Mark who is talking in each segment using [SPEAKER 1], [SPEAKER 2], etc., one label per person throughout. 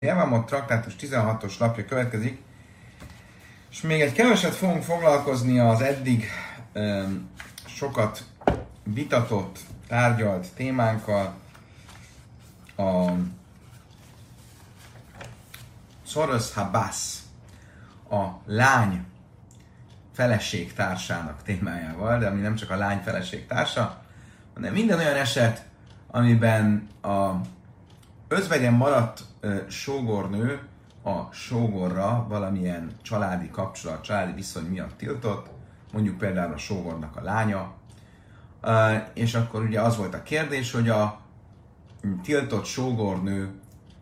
[SPEAKER 1] Jevamot traktátus 16-os lapja következik, és még egy keveset fogunk foglalkozni az eddig sokat vitatott, tárgyalt témánkkal, a Szoros Habász, a lány feleségtársának témájával, de ami nem csak a lány feleségtársa, hanem minden olyan eset, amiben a özvegyen maradt sógornő a sógorra valamilyen családi kapcsolat, családi viszony miatt tiltott, mondjuk például a sógornak a lánya, és akkor ugye az volt a kérdés, hogy a tiltott sógornő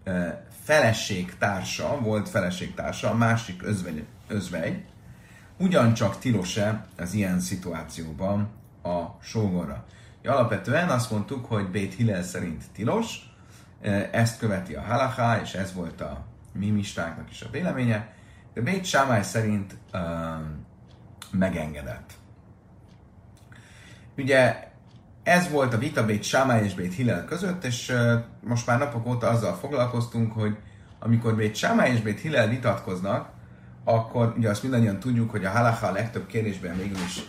[SPEAKER 1] volt feleségtársa, a másik özvegy, ugyancsak tilos-e az ilyen szituációban a sógorra. Alapvetően azt mondtuk, hogy Beit Hillel szerint tilos, ezt követi a halacha, és ez volt a mi mistánknak is a véleménye, de Beit Sámály szerint megengedett. Ugye ez volt a vita Beit Sámály és Beit Hillel között, és most már napok óta azzal foglalkoztunk, hogy amikor Beit Sámály és Beit Hillel vitatkoznak, akkor ugye azt mindannyian tudjuk, hogy a halacha a legtöbb kérdésben végül is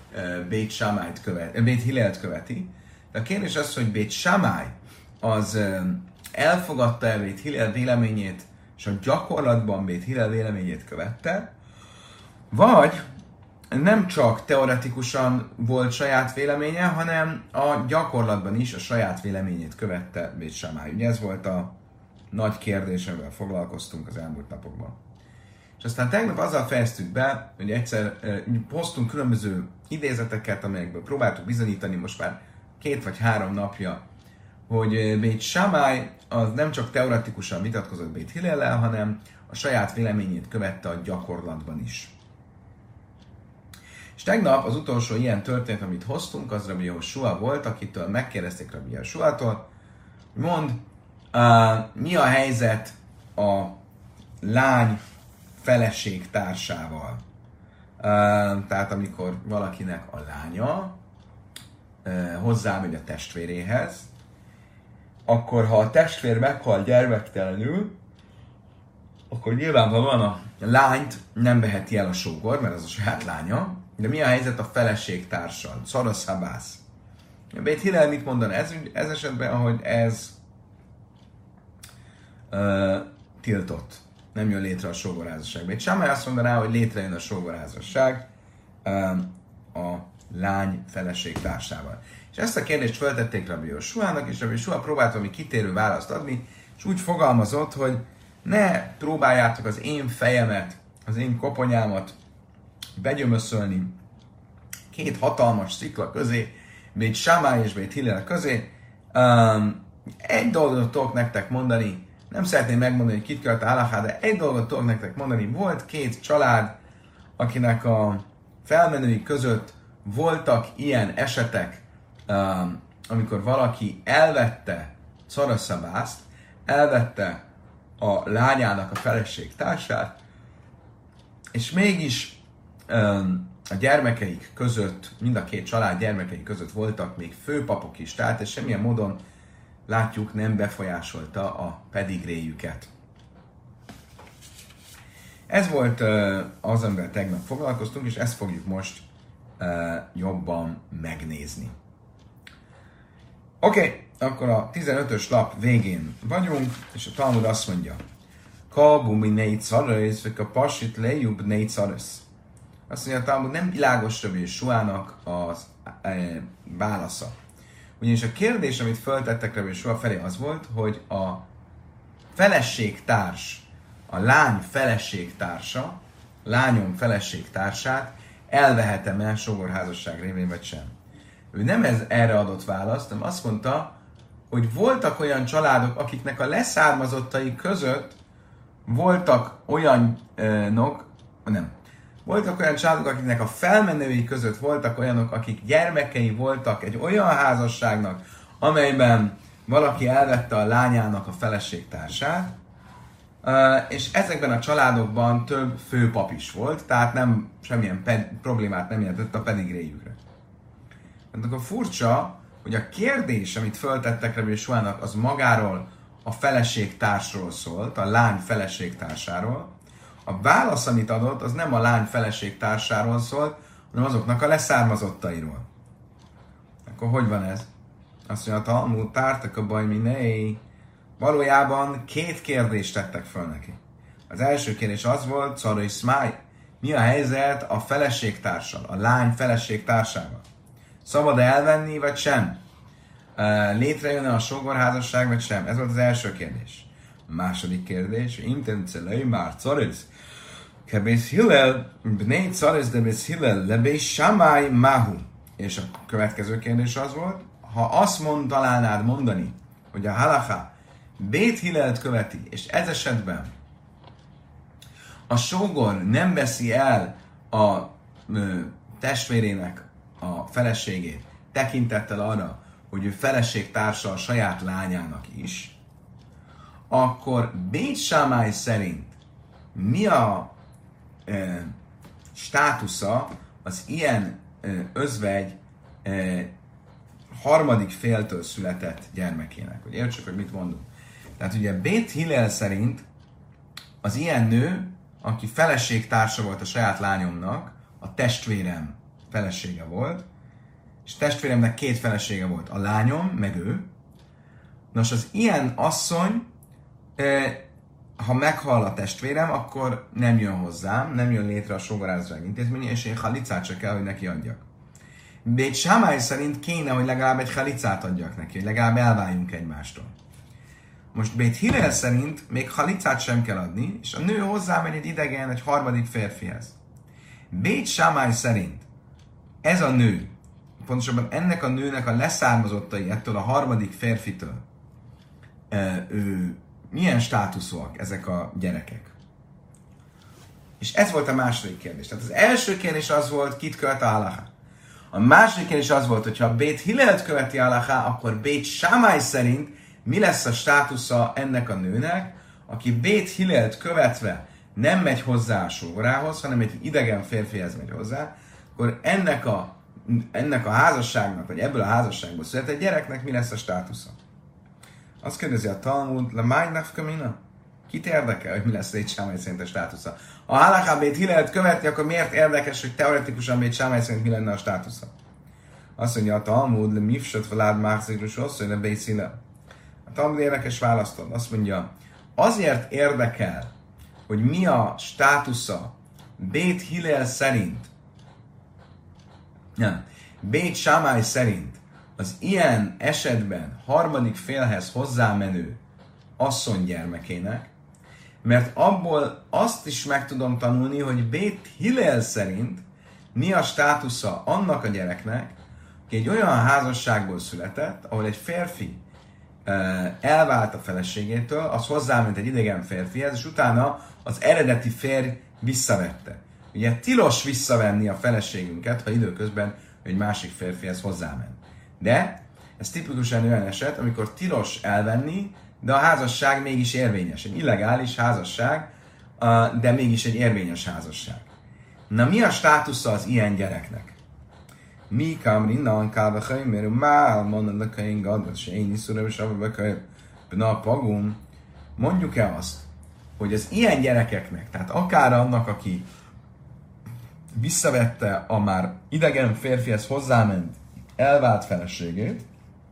[SPEAKER 1] Beit Hillelt követi. De a kérdés az, hogy Beit Sámály az elfogadta-e Beit Hillel véleményét, és a gyakorlatban Beit Hillel véleményét követte, vagy nem csak teoretikusan volt saját véleménye, hanem a gyakorlatban is a saját véleményét követte Beit Sámály. Ugye ez volt a nagy kérdés, amivel foglalkoztunk az elmúlt napokban. És aztán tegnap azzal fejeztük be, hogy egyszer hoztunk különböző idézeteket, amelyekből próbáltuk bizonyítani most már 2 vagy 3 napja, hogy Beit Sámály az nem csak teoretikusan vitatkozott Beit Hillellel, hanem a saját véleményét követte a gyakorlatban is. És tegnap az utolsó ilyen történet, amit hoztunk, az Rabbi Jósua volt, akitől megkérdezték Rabbi Jósuától, mond, mi a helyzet a lány feleségtársával. Tehát amikor valakinek a lánya hozzámegy a testvéréhez, akkor ha a testvér meghal gyermektelenül, akkor nyilvánvalóan a lányt nem veheti el a sógor, mert az a saját lánya, de mi a helyzet a feleségtársal? Szoros Habász. Beit Hillel mit mondan ez esetben, hogy ez tiltott. Nem jön létre a sógorházasság. Beit Sámály azt mondaná, hogy létrejön a sógorházasság a lány feleségtársával. És ezt a kérdést feltették Rabbi Jósuának, és Rabbi Jósua próbált valami kitérő választ adni, és úgy fogalmazott, hogy ne próbáljátok az én fejemet, az én koponyámat begyömöszölni 2 hatalmas szikla közé, Beit Sámály és Beit Hillel közé. Egy dolgot tudok nektek mondani, nem szeretném megmondani, hogy kit költ a halaká, de egy dolgot tudok nektek mondani, volt 2 család, akinek a felmenői között voltak ilyen esetek, amikor valaki elvette Szoros Habászt, elvette a lányának a feleségtársát, és mégis a gyermekeik között, mind a 2 család gyermekei között voltak még főpapok is, tehát ez semmilyen módon látjuk, nem befolyásolta a pedigréjüket. Ez volt az, amivel tegnap foglalkoztunk, és ezt fogjuk most jobban megnézni. Oké, akkor a 15-ös lap végén vagyunk, és a Talmud azt mondja, Kabumi neit szarösz, vagy a pasit lejjub neit szarösz. Azt mondja, a Talmud nem világos Rabbi Jósuának az válasza. Ugyanis a kérdés, amit föltettek Rabbi Jósua felé az volt, hogy a feleségtárs, a lány feleségtársa, lányom feleségtársát elvehetem el sógorházasság révén, vagy sem. Ő nem erre adott választ, hanem azt mondta, hogy voltak olyan családok, akiknek a leszármazottai között voltak voltak olyan családok, akiknek a felmenői között voltak olyanok, akik gyermekei voltak egy olyan házasságnak, amelyben valaki elvette a lányának a feleségtársát, és ezekben a családokban több főpap is volt, tehát nem semmilyen problémát nem jelentett a pedigréjükre. Akkor furcsa, hogy a kérdés, amit föltettek Rabbi Jósuának, az magáról a feleségtársról szólt, a lány feleségtársáról. A válasz, amit adott, az nem a lány feleségtársáról szólt, hanem azoknak a leszármazottairól. Akkor hogy van ez? Azt mondja, a Talmud tártak a baj minei. Valójában két kérdést tettek föl neki. Az első kérdés az volt, Szara és Szmáj, mi a helyzet a feleségtársal, a lány feleségtársával? Szabad-e elvenni, vagy sem? Létrejön-e a sógorházasság, vagy sem? Ez volt az első kérdés. A második kérdés, intencelei már Szarisz, kebész Hillel, bnei Szarisz de bész Hillel, lebész Samály Mahu. És a következő kérdés az volt, ha azt találnád mondani, hogy a halacha Bét Hillelt követi, és ez esetben a sógor nem veszi el a testvérének a feleségét, tekintettel arra, hogy ő feleségtársa a saját lányának is, akkor Bét Sámály szerint mi a státusza az ilyen özvegy harmadik féltől született gyermekének? Hogy értsük, hogy mit mondunk. Tehát ugye Bét Hillel szerint az ilyen nő, aki feleségtársa volt a saját lányomnak, a testvérem felesége volt, és testvéremnek két felesége volt, a lányom, meg ő. Nos, az ilyen asszony, ha meghal a testvérem, akkor nem jön hozzám, nem jön létre a sógorházasság intézménye, és én halicát se kell, hogy neki adjak. Bét Sámály szerint kéne, hogy legalább egy halicát adjak neki, hogy legalább elváljunk egymástól. Most Bét Hillel szerint még halicát sem kell adni, és a nő hozzámegy egy idegen, egy harmadik férfihez. Bét Sámály szerint ez a nő, pontosabban ennek a nőnek a leszármazottai ettől a harmadik férfitől, milyen státuszúak ezek a gyerekek? És ez volt a második kérdés. Tehát az első kérdés az volt, kit követ a halacha. A második kérdés az volt, hogyha Bét Hillelt követi a halacha, akkor Bét Sámály szerint mi lesz a státusza ennek a nőnek, aki Bét Hillelt követve nem megy hozzá a sógorához, hanem egy idegen férfihez megy hozzá, akkor ennek a házasságnak, vagy ebből a házasságból született gyereknek mi lesz a státusza? Azt kérdezi a Talmud, le máj nafkamina? Kit érdekel, hogy mi lesz Bét Sámály szerint a státusza? Ha a halacha Bét Hillelt követni, akkor miért érdekes, hogy teoretikusan Bét Sámály szerint mi lenne a státusza? Azt mondja a Talmud, le mifsot valád máxzikrus osszony, le Bét Hillel. A Talmud érdekes választod. Azt mondja, azért érdekel, hogy mi a státusza Bét Hillel szerint, nem, Bét Sámály szerint az ilyen esetben harmadik félhez hozzámenő asszony gyermekének, mert abból azt is meg tudom tanulni, hogy Bét Hillel szerint mi a státusza annak a gyereknek, aki egy olyan házasságból született, ahol egy férfi elvált a feleségétől, az hozzáment egy idegen férfihez, és utána az eredeti férj visszavette. Ugye tilos visszavenni a feleségünket, ha időközben egy másik férfihez hozzáment. De ez tipikusan olyan eset, amikor tilos elvenni, de a házasság mégis érvényes. Egy illegális házasság, de mégis egy érvényes házasság. Na mi a státusza az ilyen gyereknek? Mi kamrinnan kálvachaim, mert már mondanakain gadvat, se én iszura, és abba a pagum. Mondjuk-e azt, hogy az ilyen gyerekeknek, tehát akár annak, aki visszavette a már idegen férfihez hozzáment elvált feleségét,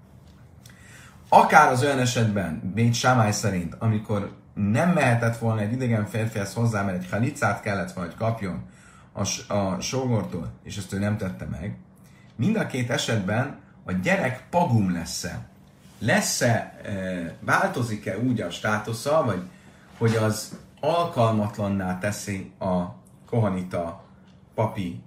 [SPEAKER 1] akár az olyan esetben, Bét Sámály szerint, amikor nem mehetett volna egy idegen férfihez hozzá, mert egy halicát kellett volna, hogy kapjon a sógortól, és ezt ő nem tette meg, mind a két esetben a gyerek pagum lesz-e, változik-e úgy a státusza, vagy hogy az alkalmatlanná teszi a kohanita papi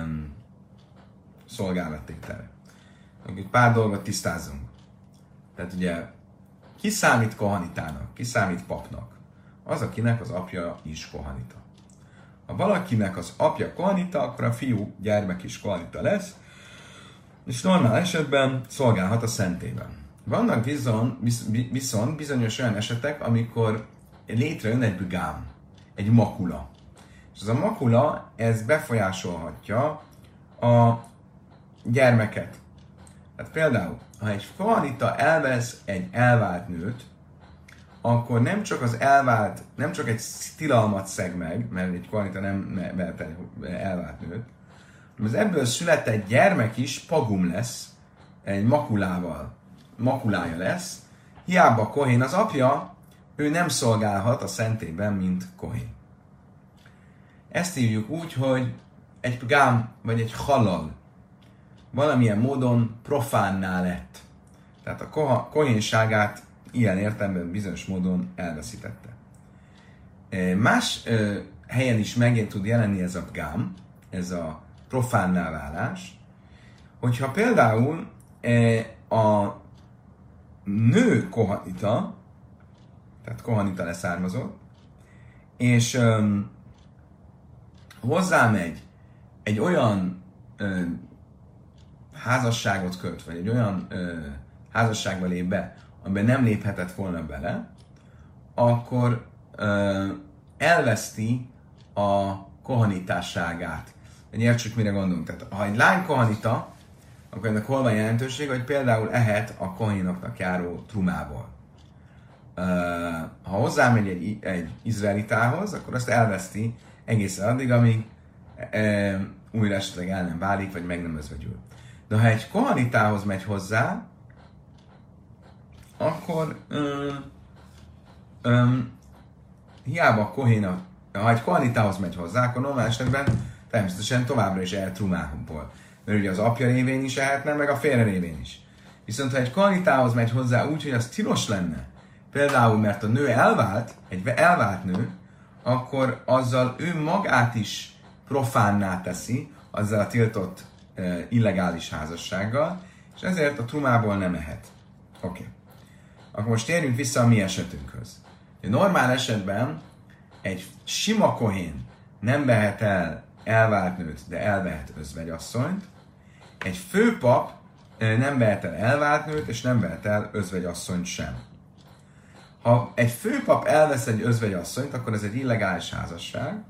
[SPEAKER 1] szolgálattételre. Egy pár dolgot tisztázunk. Tehát ugye, ki számít kohanitának, ki számít papnak? Az, akinek az apja is kohanita. Ha valakinek az apja kohanita, akkor a fiú gyermek is kohanita lesz, és normál esetben szolgálhat a szentében. Vannak viszont bizonyos olyan esetek, amikor létrejön egy bgám, egy makula. És ez a makula, ez befolyásolhatja a gyermeket. Tehát például, ha egy kohanita elvesz egy elvált nőt, akkor nem csak az elvált, nem csak egy tilalmat szeg meg, mert egy kohanita nem vehet elvált nőt, hanem az ebből született gyermek is pagum lesz, egy makulája lesz, hiába kohén az apja, ő nem szolgálhat a szentében, mint kohén. Ezt hívjuk úgy, hogy egy gám vagy egy halal valamilyen módon profánná lett. Tehát a kohénságát ilyen értelemben bizonyos módon elveszítette. Más helyen is meg tud jelenni ez a gám, ez a profánná válás, hogyha például a nő kohanita, tehát kohanita leszármazott, és hozzámegy egy olyan házasságot köt, vagy egy olyan házasságba lép be, amiben nem léphetett volna bele, akkor elveszti a kohanitásságát. Értsük, mire gondolunk. Tehát, ha egy lány kohanita, akkor ennek hol van jelentőség, hogy például ehet a kohénoknak járó trumából. Ha hozzámegy egy izraelitához, akkor azt elveszti egészen addig, amíg újra esetleg el nem válik, vagy meg nem özvegyül. De ha egy kohanitához megy hozzá, akkor hiába kohéna, ha egy kohanitához megy hozzá, akkor normál esetben természetesen továbbra is ehet trumából. Mert ugye az apja révén is ehetne, meg a férje révén is. Viszont ha egy kohanitához megy hozzá úgy, hogy az tilos lenne, például mert a nő elvált, egy elvált nő, akkor azzal ő magát is profánná teszi, azzal a tiltott illegális házassággal, és ezért a trumából nem ehet. Oké. Akkor most térjünk vissza a mi esetünkhöz. A normál esetben egy sima kohén nem vehet el elvált nőt, de elvehet özvegyasszonyt. Egy főpap nem vehet el elvált nőt, és nem vehet el özvegyasszonyt sem. Ha egy főpap elvesz egy özvegyasszonyt, akkor ez egy illegális házasság,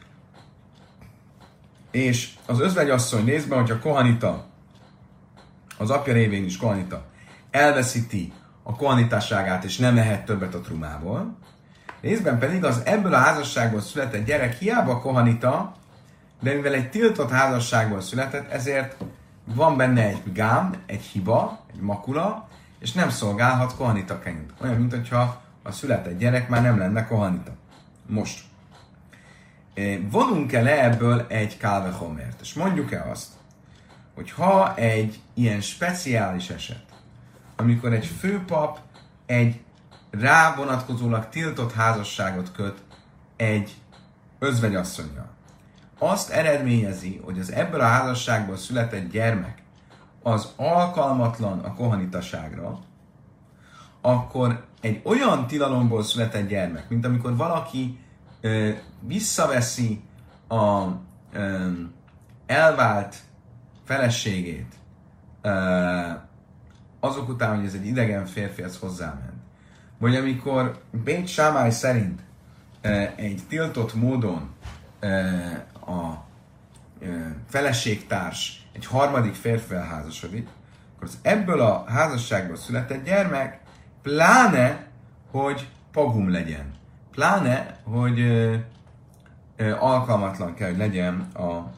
[SPEAKER 1] és az özvegyasszony részben, hogyha kohanita, az apja révén is kohanita, elveszíti a kohanitásságát, és nem ehet többet a trumából, részben pedig az ebből a házasságból született gyerek hiába kohanita, de mivel egy tiltott házasságból született, ezért van benne egy gám, egy hiba, egy makula, és nem szolgálhat kohanitaként. Olyan, mint hogyha a született gyerek már nem lenne kohanita. Most. Vonunk-e le ebből egy kálvehomért? És mondjuk-e azt, hogy ha egy ilyen speciális eset, amikor egy főpap egy rá vonatkozólag tiltott házasságot köt egy özvegyasszonnyal, azt eredményezi, hogy az ebből a házasságból született gyermek az alkalmatlan a kohanitaságra, akkor egy olyan tilalomból született gyermek, mint amikor valaki visszaveszi a elvált feleségét azok után, hogy ez egy idegen férfihez hozzáment. Vagy amikor Bét Sámály szerint egy tiltott módon a feleségtárs egy harmadik férfivel házasodik, akkor az ebből a házasságból született gyermek pláne, hogy pagum legyen. Pláne, hogy alkalmatlan kell, hogy legyen a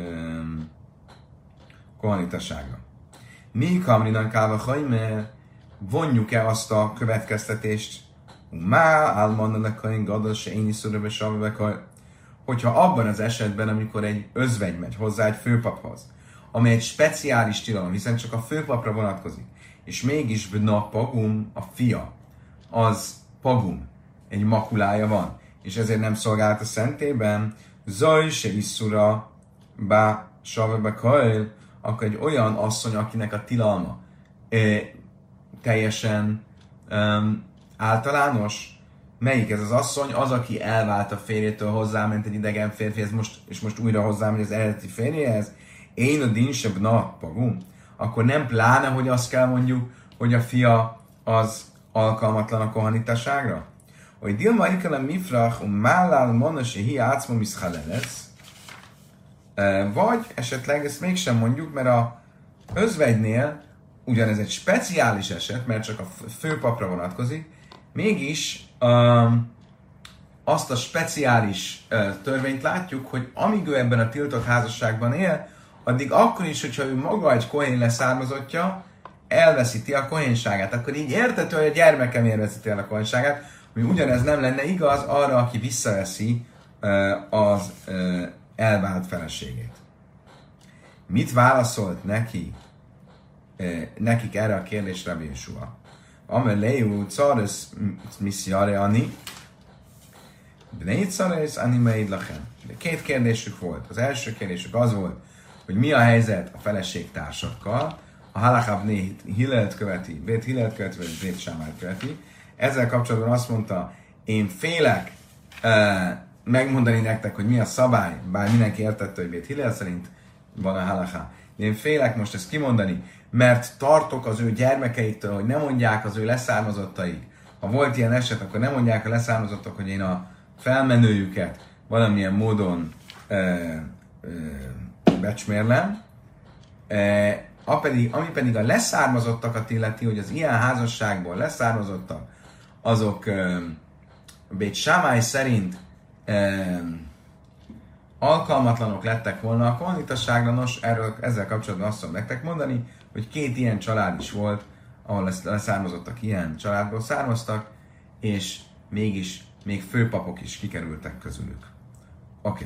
[SPEAKER 1] kohanitasága. Mi kamrinan kálva vonjuk-e azt a következtetést, má álmannak kain gadol se én is hogyha abban az esetben, amikor egy özvegy megy hozzá egy főpaphoz, amely egy speciális tilalom, hiszen csak a főpapra vonatkozik, és mégis bna pagum, a fia, az pagum, egy makulája van, és ezért nem szolgált a szentében, zaj se isszura, bá savebe kail, akkor egy olyan asszony, akinek a tilalma teljesen általános. Melyik ez az asszony? Az, aki elvált a férjétől, hozzáment egy idegen férfihez, és most újra hozzámegy az eredeti férjéhez. Én a dinsebb na pagum. Akkor nem pláne, hogy azt kell mondjuk, hogy a fia az alkalmatlan a kohanitaságra? Hogy Dilma ikelem mifrach, mállál monose hi átszma miszhalelesz. Vagy esetleg ezt mégsem mondjuk, mert a özvegynél ugyanez egy speciális eset, mert csak a főpapra vonatkozik, mégis azt a speciális törvényt látjuk, hogy amíg ő ebben a tiltott házasságban él, addig akkor is, hogyha ő maga egy kohén leszármazottja, elveszíti a kohénságát. Akkor így értető, hogy a gyermekem elveszíti el a kohénságát, hogy ugyanez nem lenne igaz arra, aki visszaveszi az elvált feleségét. Mit válaszolt nekik erre a kérdésre Rabbi Jeshua? Amel leju cares missiare ani, bnei cares ani meid lachem. Két kérdésük volt. Az első kérdésük az volt, hogy mi a helyzet a feleségtársakkal, a halakha bnei Hillelt követi, Bét Hillelt követi, vagy Bét Sámályt követi. Ezzel kapcsolatban azt mondta, én félek megmondani nektek, hogy mi a szabály, bár mindenki értette, hogy Bét Hillel szerint van a halakha. Én félek most ezt kimondani, mert tartok az ő gyermekeiktől, hogy ne mondják az ő leszármazottaik. Ha volt ilyen eset, akkor nem mondják a leszármazottak, hogy én a felmenőjüket valamilyen módon becsmérlem. Ami pedig a leszármazottakat illeti, hogy az ilyen házasságból leszármazottak, azok Bét Sámály szerint alkalmatlanok lettek volna a kohanitosságra. Nos, ezzel kapcsolatban azt tudom nektek mondani, hogy 2 ilyen család is volt, ahol leszármazottak ilyen családból származtak, és mégis még főpapok is kikerültek közülük. Oké.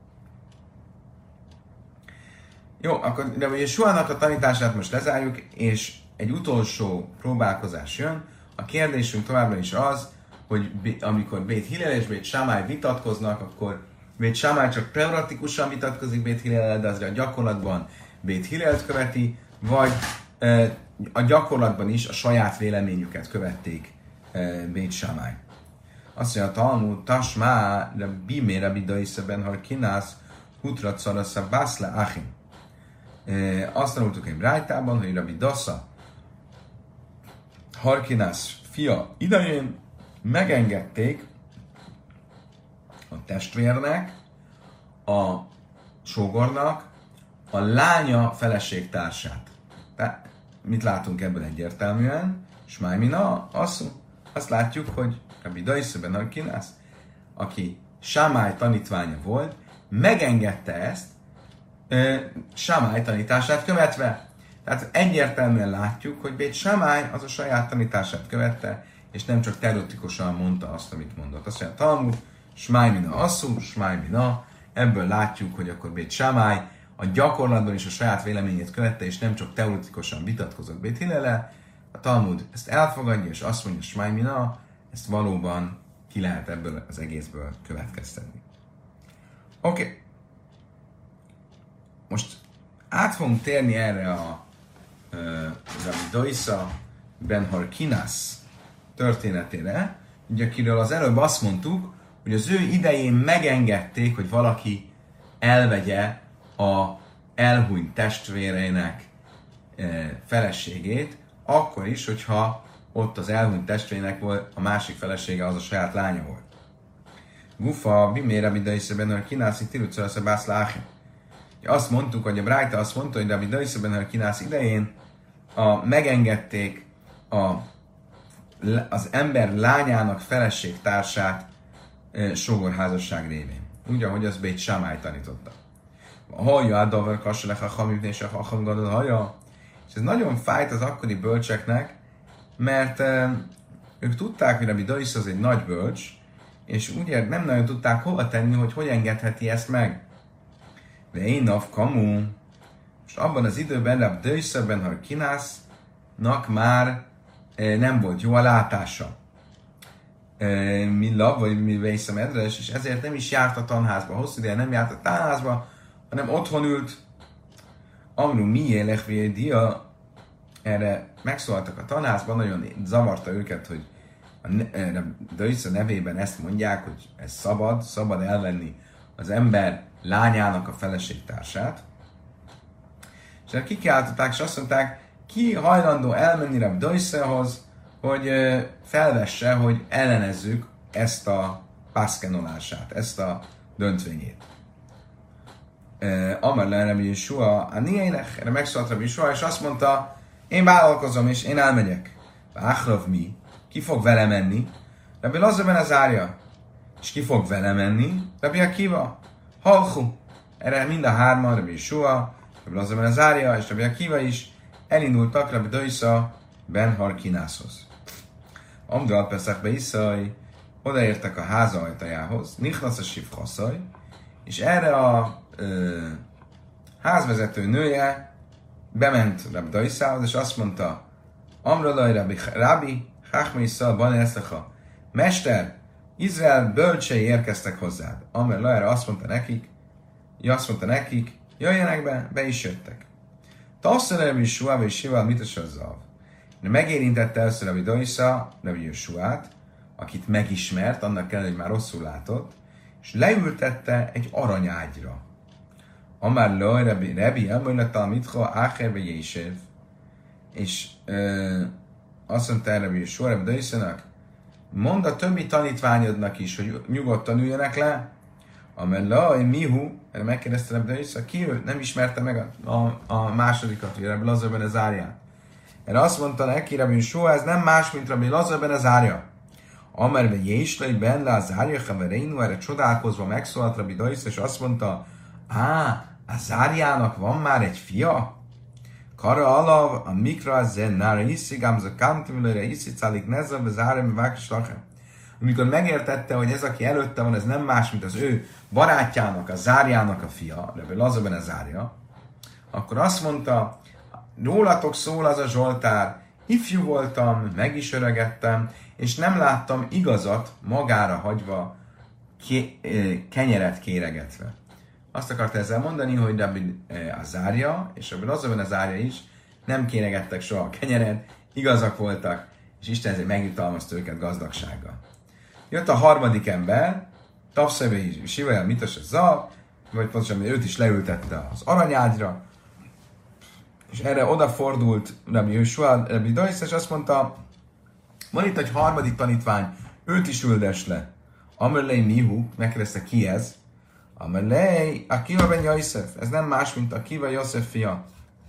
[SPEAKER 1] Jó, akkor de Jeshuának a tanítását most lezárjuk, és egy utolsó próbálkozás jön. A kérdésünk továbbra is az, hogy amikor Bét Hillel és Bét Sámály vitatkoznak, akkor Bét Sámály csak teoretikusan vitatkozik Bét Hillellel, de azért a gyakorlatban Bét Hillelt követi, vagy a gyakorlatban is a saját véleményüket követték Bét Sámály. Azt mondja a Talmud, Tasmá, Bimé, Rabbi Daisza ben Harkinász, Hutra Carasza, Bászle, Achim. Azt tanultuk egy brájtában, hogy Rabbi Daisza Harkinász fia idején megengedték a testvérnek, a sógornak, a lánya feleségtársát. Tehát mit látunk ebből egyértelműen? Smájmina, azt látjuk, hogy Rabbi Daisza ben Harkinász, aki Sámály tanítványa volt, megengedte ezt Sámály tanítását követve. Tehát egyértelműen látjuk, hogy Bét Sámály az a saját tanítását követte, és nem csak teoretikusan mondta azt, amit mondott. Azt mondja, Talmud, Smájmina asszú, Smájmina, ebből látjuk, hogy akkor Bét Sámály a gyakorlatban is a saját véleményét követte, és nem csak teoretikusan vitatkozott Bét Hillellel. A Talmud ezt elfogadja, és azt mondja, Smájmina, ezt valóban ki lehet ebből az egészből következtetni. Oké. Most át fogunk térni erre a Rabbi Daisza ben Harkinász történetére, ugye, akiről az előbb azt mondtuk, hogy az ő idején megengedték, hogy valaki elvegye a elhunyt testvéreinek feleségét, akkor is, hogyha ott az elhunyt testvérének volt, a másik felesége az a saját lánya volt. Gufa, Bimé, Rabbi Daisza ben Harkinász, Tirucarasz, Bászle, Achim. Azt mondtuk, hogy a Brájta azt mondta, hogy Rabbi Daisza ben Harkinász idején megengedték az ember lányának feleségtársát sógorházasság révén. Úgy, ahogy az Bét Sámály tanította. Hallja, Adavar, Kasselech, a Hamivné, és a Hamgadod, hallja. És ez nagyon fájt az akkori bölcseknek, mert ők tudták, hogy Rabbi Daisza az egy nagy bölcs, és ugye nem nagyon tudták hova tenni, hogy engedheti ezt meg. De én kamu. És abban az időben Rabbi Daisza ben Harkinásznak már nem volt jó a látása. Mi lab, vagy mi vészem edres, és ezért nem is járt a tanházba. Hosszú ideje nem járt a tanházba, hanem otthon ült. Amru mi élek dia, erre megszólaltak a tanházban, nagyon zavarta őket, hogy a Daisza nevében ezt mondják, hogy ez szabad elvenni az ember lányának a feleségtársát. És kikiáltották, és azt mondták, ki hajlandó elmenni Rabbi Daiszahoz, hogy felvesse, hogy ellenezzük ezt a pászkenolását, ezt a döntvényét. Amar le Rabbi Jeshua, erre megszólalt Rabbi Jeshua, és azt mondta, én vállalkozom, és én elmegyek. Váchlav mi? Ki fog vele menni? Rabbi Lazarben az árja. És ki fog vele menni? Rabbi Akiva. Halchu. Erre mind a hárman, Rabbi Yeshua, Rabbi Lazarben az árja, és Rabbi Akiva is elindultak Rabbi Daisa ben Harkinászhoz. Amdal Peszachbe Iszai, odaértek a háza ajtajához, Nichnasz a Sivchaszaj, és erre a házvezető nője bement Rabbi Daisához, és azt mondta, Amralaj Rabbi, Chachme Iszal, Bane Eszecha, Mester, Izrael bölcsei érkeztek hozzád. Amralaj azt mondta nekik, jöjjenek be is jöttek. Tasszal Rabbi Yeshua, és Sival mit is azzal? Megérintette először Rabbi Daisa, Rabbi Yeshuát, akit megismert, annak ellenére, hogy már rosszul látott, és leültette egy aranyágyra. Amár loj, Rabbi, elmondta, mitha, áherbe jésév. És azt mondta Rabbi Yeshua, Rabbi Daisának, mondd a többi tanítványodnak is, hogy nyugodtan üljenek le. Amár loj, mihu, erre megkérdezte Rabbi Daisa, ki ő? Nem ismerte meg a másodikat, hogy Rabbi Lazarben az árját. Erre azt mondta neki, Rabbi Yeshua, ez nem más, mint Rabbi Lazarben az árja. Amerve Jéslai ben le az árja, havereinu, erre csodálkozva megszólalt Rabbi Daisa, és azt mondta, az árjának van már egy fia? Kara alav, a mikra zen, nára iszi, gamza kamtimülőre iszi, cálik nezzem, az árem, vákis lachem. Amikor megértette, hogy ez, aki előtte van, ez nem más, mint az ő barátjának, a zárjának a fia, Rabbi Lazarben az árja, akkor azt mondta, rólatok szól az a Zsoltár, ifjú voltam, meg is öregettem, és nem láttam igazat magára hagyva, kenyeret kéregetve. Azt akarta ezzel mondani, hogy Rabbi Azárja, és Rabbi Lazarben Azárja is nem kéregettek soha a kenyeret, igazak voltak, és Isten ezért megjutalmazta őket gazdagsággal. Jött a harmadik ember, Tavszebe Sivaja Mitas a Zav, vagy pontosan őt is leültette az aranyágyra, és erre odafordult Rabbi Yeshua, Rabbi Daisa, és azt mondta, van itt egy harmadik tanítvány, őt is üldess le. Amerlei Nihu, megkérdezte ki ez? Amerlei Akiva ben Yosef, ez nem más, mint Akiva Yosef fia.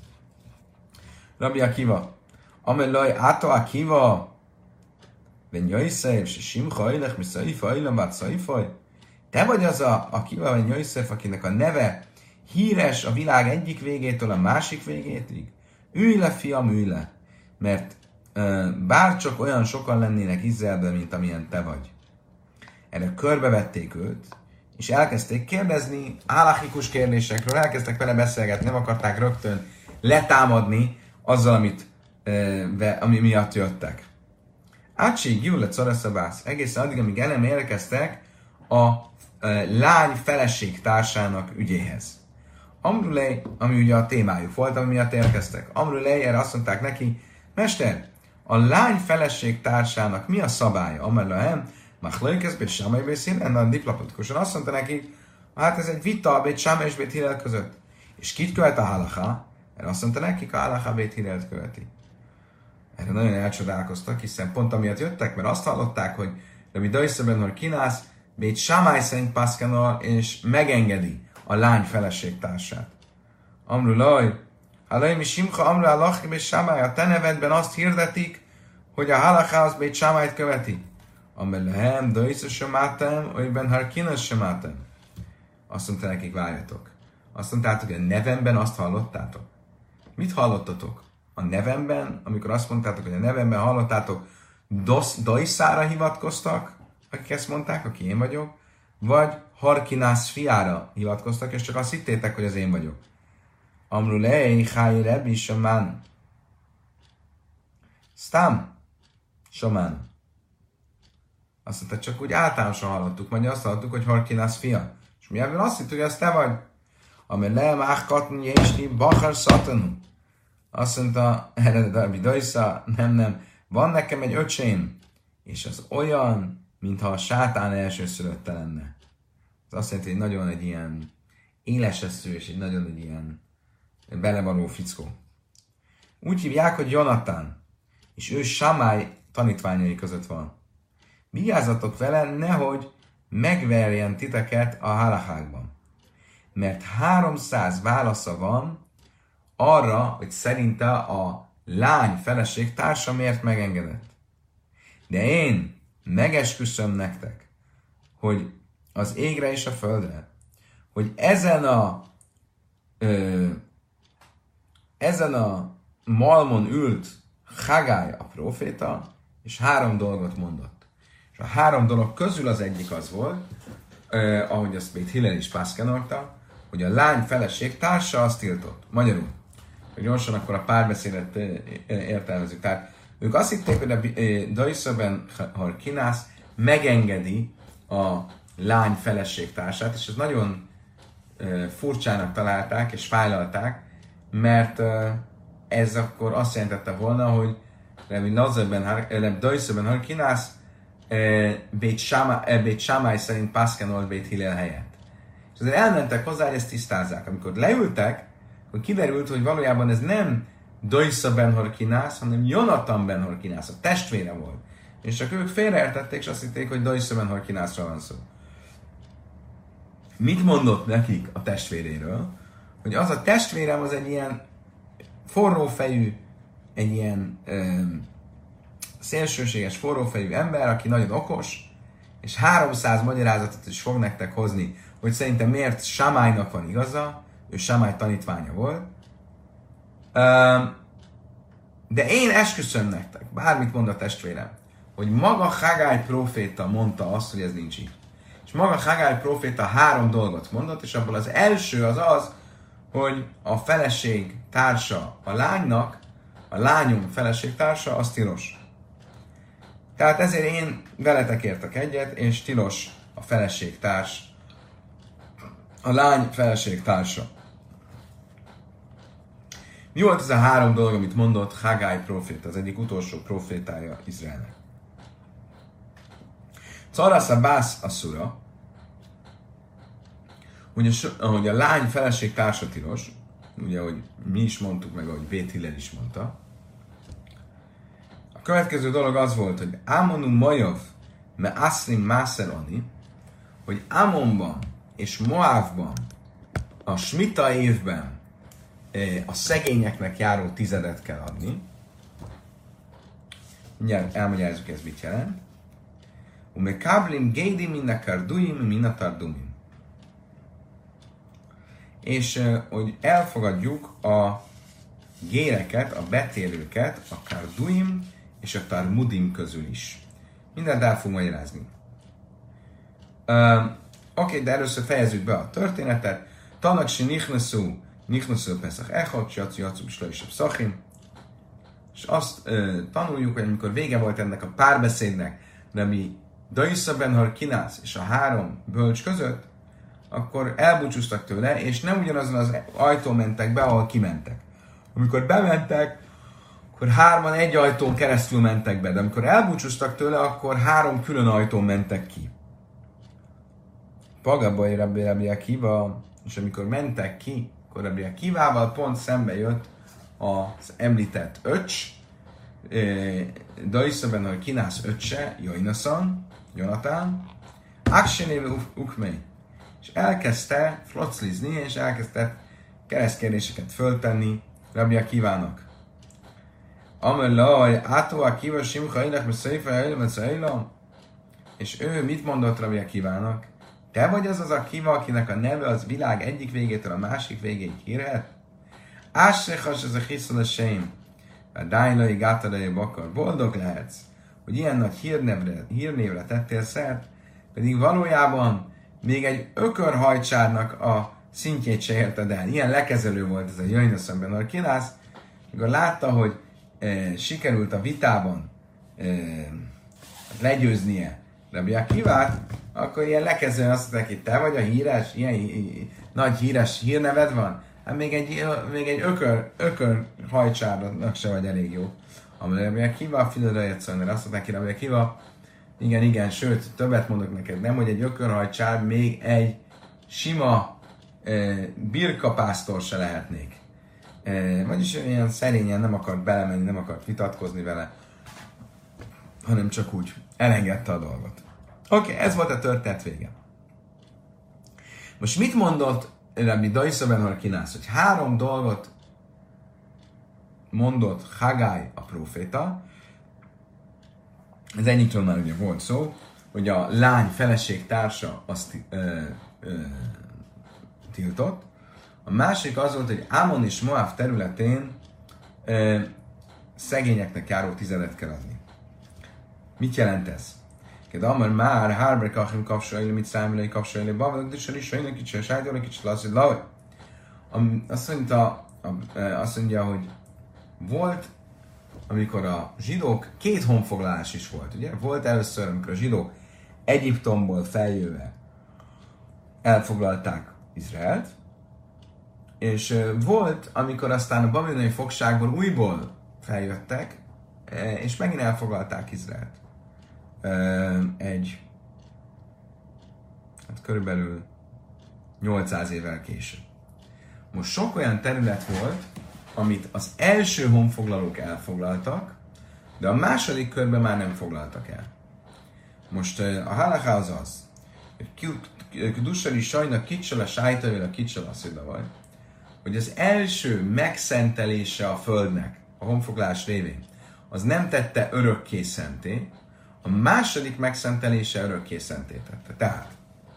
[SPEAKER 1] Rabbi Akiva, Amerlei Ato Akiva ben Yosef, se Simcha Eilech, mi Szaifa Eilam, bát Szaifaj. Te vagy az a Akiva ben Yosef, akinek a neve híres a világ egyik végétől a másik végétig? Ülj le, fiam, ülj le, mert bárcsak olyan sokan lennének Izraelben, mint amilyen te vagy. Erre körbevették őt, és elkezdték kérdezni állahikus kérdésekről, elkezdtek vele beszélgetni, nem akarták rögtön letámadni azzal, ami miatt jöttek. Átség Gyulet Szaraszabász, egészen addig, amíg el nem érkeztek a lány feleség társának ügyéhez. Amrulej, ami ugye a témájuk volt, ami miatt érkeztek. Amrulej, erre azt mondták neki, Mester, a lány feleség társának mi a szabálya? Amerlahem, Machlőkez, Bét Sámai, Bét Hillel, a diplomatikusan azt mondta neki, hát ez egy vita a Bét Sámai és Bét Hillel között. És kit követ a halacha? Erre azt mondta nekik, a halacha Bét Hillelt követi. Erre nagyon elcsodálkoztak, hiszen pont amiatt jöttek, mert azt hallották, hogy Rabbi Daisa ben Harkinász Bét Sámai szerint pászkánol, és megengedi a lány feleségtársát. Amrulaj, Halai mi Simcha, Amru Alachi Bét Sámai, a te nevedben azt hirdetik, hogy a halacha az Bét Sámait követi. Amelehem, Daisa semátem, vagy ben Harkinász semátem. Azt mondta nekik, várjatok. Azt mondtátok, hogy a nevemben azt hallottátok. Mit hallottatok? A nevemben, amikor azt mondtátok, hogy a nevemben hallottátok, Daisára hivatkoztak, akik ezt mondták, aki én vagyok, vagy Harkinász fiára hivatkoztak, és csak azt hittétek, hogy az én vagyok. Amrulei, Cháj Rebbi, Samán. Sztám, Samán. Azt mondta, csak úgy általánosan hallottuk, majd azt hallottuk, hogy Harkinász fia. És mi ebből azt hittük, hogy ez te vagy. Amely nem áhkatni, jésni, Bachar Szatanu. Azt mondta, erre Rabbi Daisa, nem, van nekem egy öcsém, és az olyan, mintha a sátán elsőszülötte lenne. Ez azt jelenti, hogy nagyon egy ilyen élesesző, és egy nagyon egy ilyen belevaló fickó. Úgy hívják, hogy Jonatán, és ő Samály tanítványai között van. Vigyázzatok vele, nehogy megverjen titeket a halachákban. Mert 300 válasza van arra, hogy szerinte a lány feleség társa miért megengedett. De én megesküszöm nektek, hogy az égre és a földre, hogy ezen a malmon ült Hagály a próféta, és 3 dolgot mondott. És a 3 dolog közül az egyik az volt, ahogy azt Bét Hillel is pászkenolta, hogy a lány feleség társa azt tiltott. Magyarul, hogy gyorsan akkor a párbeszédet értelmezzük. Tehát ők azt hitték, hogy a Dajszöben Harkinász megengedi a lány feleség társát, és ezt nagyon furcsának találták és fájlalták, mert ez akkor azt jelentette volna, hogy Dajszöben Harkinász Bét Sámály szerint pászkenolt Bét Hillel helyett. És azért elmentek hozzá, hogy ezt tisztázzák. Amikor leültek, akkor kiderült, hogy valójában ez nem Dajsza ben Harkinász, hanem Jonathan ben Harkinász, a testvére volt. És csak ők félreértették, és azt hitték, hogy Dajsza ben Harkinászra van szó. Mit mondott nekik a testvéréről? Hogy az a testvérem az egy ilyen forrófejű, egy ilyen szélsőséges forrófejű ember, aki nagyon okos, és 300 magyarázatot is fog nektek hozni, hogy szerintem miért Sámálynak van igaza, ő Sámály tanítványa volt. De én esküszöm nektek, bármit mond a testvérem, hogy maga Hagály próféta mondta azt, hogy ez nincs így. És maga Hagály próféta 3 dolgot mondott, és abból az első az, hogy a feleség társa a lánynak, a lányom feleség társa, az tilos. Tehát ezért én veletek értek egyet, és tilos a feleség társ, a lány feleség társa. Mi volt ez a 3 dolog, amit mondott Hagály próféta, az egyik utolsó prófétája Izraelnek? Carasza Bász Asszura, hogy a lány feleség társa tilos, ugye, ahogy mi is mondtuk meg, ahogy Bét Hillel is mondta. A következő dolog az volt, hogy Ámonu Majov me Aszrim Mászer Ani, hogy Ámonban és Moávban a smita évben a szegényeknek járó 10-et kell adni. Mindjárt elmagyarázzuk, ez mit jelent. Umekablim gédim minna karduim minna tardumim. És hogy elfogadjuk a géreket, a betérőket, a karduim és a tarmudim közül is. Mindent el fogunk magyarázni. Oké, de először fejezzük be a történetet. Tanaksi nichnasu pesach echot, jacu jacu b'shloishav szachim. És azt tanuljuk, hogy amikor vége volt ennek a párbeszédnek, de mi Dajsza ben Harkinász és a 3 bölcs között, akkor elbúcsúztak tőle, és nem ugyanazon az ajtón mentek be, ahol kimentek. Amikor bementek, akkor 3-an egy ajtón keresztül mentek be, de amikor elbúcsúztak tőle, akkor 3 külön ajtón mentek ki. Pagabai Rabbi Akiva, és amikor mentek ki, akkor Rabbi Akivával pont szembe jött az említett öcs, Dajsza ben Harkinász öccse, Jonatán, Aksenéve Ukmei, és elkezdte floclizni, és elkezdte keresztkérdéseket föltenni Rabbi Akivának. Amelaj, Átó Akiva, Simcha, Ilek, Meszaifa, Jailam, Meszailam. És ő mit mondott Rabbi Akivának? Te vagy az Akiva, akinek a neve az világ egyik végétől a másik végéig hírhet? Ássechas ez a hiszol a sém. A dájlai gátalai bakar. Boldog lehetsz, hogy ilyen nagy hírnévre tettél szert, pedig valójában még egy ökörhajcsárnak a szintjét se érted el. Ilyen lekezelő volt ez a Jöjnöszön ben Harkinász, amikor látta, hogy sikerült a vitában legyőznie Rabbi Akivát, akkor ilyen lekezelően azt mondták, hogy te vagy a híres, ilyen nagy híres hírneved van? Hát még egy ökörhajcsárnak se vagy elég jó. Amely Rabbi Akiva a Filodajat szólni, azt mondták, hogy Rabbi Akiva, igen, sőt, többet mondok neked, nem, hogy egy ökörhajcsár, még egy sima birkapásztor se lehetnék. Vagyis ilyen szerényen nem akart belemenni, nem akart vitatkozni vele, hanem csak úgy elengedte a dolgot. Oké, ez volt a történet vége. Most mit mondott Rabbi Dajsza ben Harkinász, hogy 3 dolgot mondott Hagály a próféta, Az egyikről már ugye volt szó, hogy a lány feleség társa azt tiltott. A másik az volt, hogy Ámon és Moab területén szegényeknek járó tizedet kell adni. Mit jelent ez? Kedve Amar már Hárber Kachim kapcsolja, mit számolai kapcsolja, Bavadok, de is sajnak kicsi a sájtól, kicsit lasszid lavai. Azt mondja, hogy volt, amikor a zsidók, két honfoglalás is volt, ugye? Volt először, amikor a zsidók Egyiptomból feljöve elfoglalták Izraelt, és volt, amikor aztán a babiloni fogságból újból feljöttek, és megint elfoglalták Izraelt. Körülbelül 800 évvel később. Most sok olyan terület volt, amit az első honfoglalók elfoglaltak, de a második körben már nem foglaltak el. Most a halaká az az, hogy Dussari sajnak kicsel a sájtavél a kicsel a szüdavaj, hogy az első megszentelése a földnek, a honfoglalás révén, az nem tette örökké szenté, a második megszentelése örökké szenté tette. Tehát,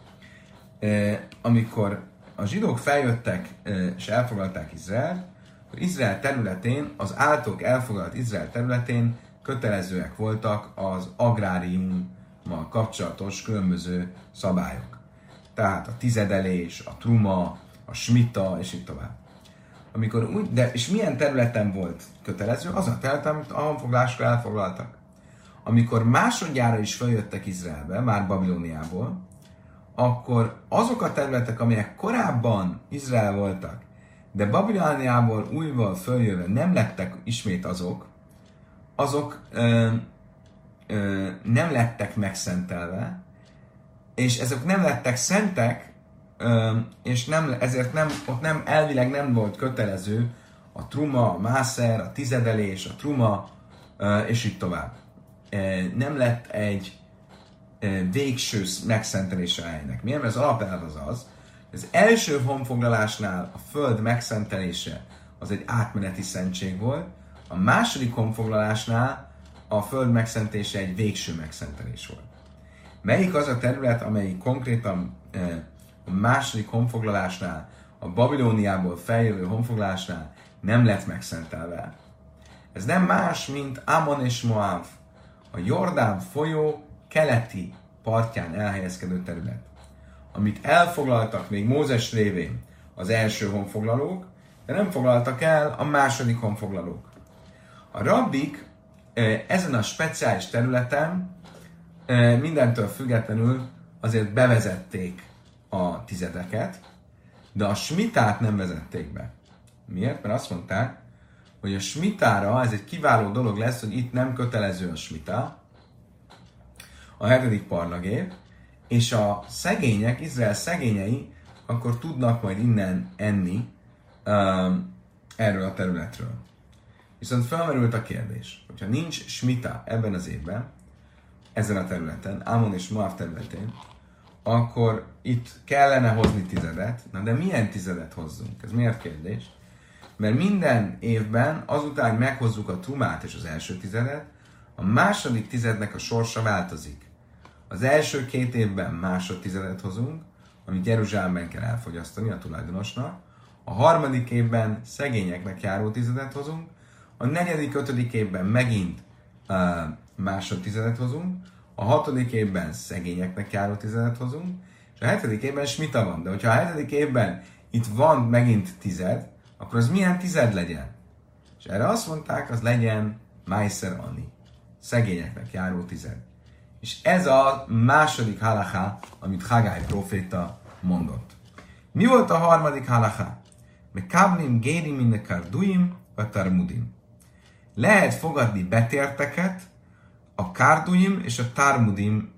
[SPEAKER 1] amikor a zsidók feljöttek és elfoglalták Izraelt, akkor Izrael területén, az általuk elfoglalt Izrael területén kötelezőek voltak az agráriummal kapcsolatos különböző szabályok. Tehát a tizedelés, a truma, a smita, és így tovább. És milyen területen volt kötelező? Az a területen, amit a honfoglaláskor elfoglaltak. Amikor másodjára is feljöttek Izraelbe, már Babilóniából, akkor azok a területek, amelyek korábban Izrael voltak, de Babilóniából újból följöve nem lettek ismét azok nem lettek megszentelve, és ezek nem lettek szentek, és ott elvileg nem volt kötelező a truma, a mászer, a tizedelés, a truma, és így tovább. Nem lett egy végső megszentelése a helynek. Miért? Mert az alapelv az, hogy az első honfoglalásnál a föld megszentelése az egy átmeneti szentség volt, a második honfoglalásnál a föld megszentelése egy végső megszentelés volt. Melyik az a terület, amelyik konkrétan a második honfoglalásnál, a Babilóniából feljövő honfoglalásnál nem lett megszentelve? Ez nem más, mint Ámon és Moab, a Jordán folyó keleti partján elhelyezkedő terület, amit elfoglaltak még Mózes révén az első honfoglalók, de nem foglaltak el a második honfoglalók. A rabbik ezen a speciális területen mindentől függetlenül azért bevezették a tizedeket, de a smitát nem vezették be. Miért? Mert azt mondták, hogy a smitára ez egy kiváló dolog lesz, hogy itt nem kötelező a smita, a 7. parlagév, és a szegények, Izrael szegényei akkor tudnak majd innen enni erről a területről. Viszont felmerült a kérdés, hogyha nincs smita ebben az évben, ezen a területen, Ámon és Moab területén, akkor itt kellene hozni tizedet. Na de milyen tizedet hozzunk? Ez miért kérdés? Mert minden évben azután, hogy meghozzuk a trumát és az első tizedet, a második tizednek a sorsa változik. Az első 2 évben másodtizedet hozunk, amit Jeruzsálemben kell elfogyasztani a tulajdonosnak. A harmadik évben szegényeknek járó tizedet hozunk. A 4., 5. évben megint másodtizedet hozunk. A 6. évben szegényeknek járó tizedet hozunk. És a 7. évben smita van. De hogyha a 7. évben itt van megint tized, akkor az milyen tized legyen? És erre azt mondták, az legyen Májszer Ani. Szegényeknek járó tized. És ez a második halaká, amit Hagály próféta mondott. Mi volt a harmadik halaká? Mekablim gérim minne karduim, vagy tarmudim. Lehet fogadni betérteket a kárduim és a tarmudim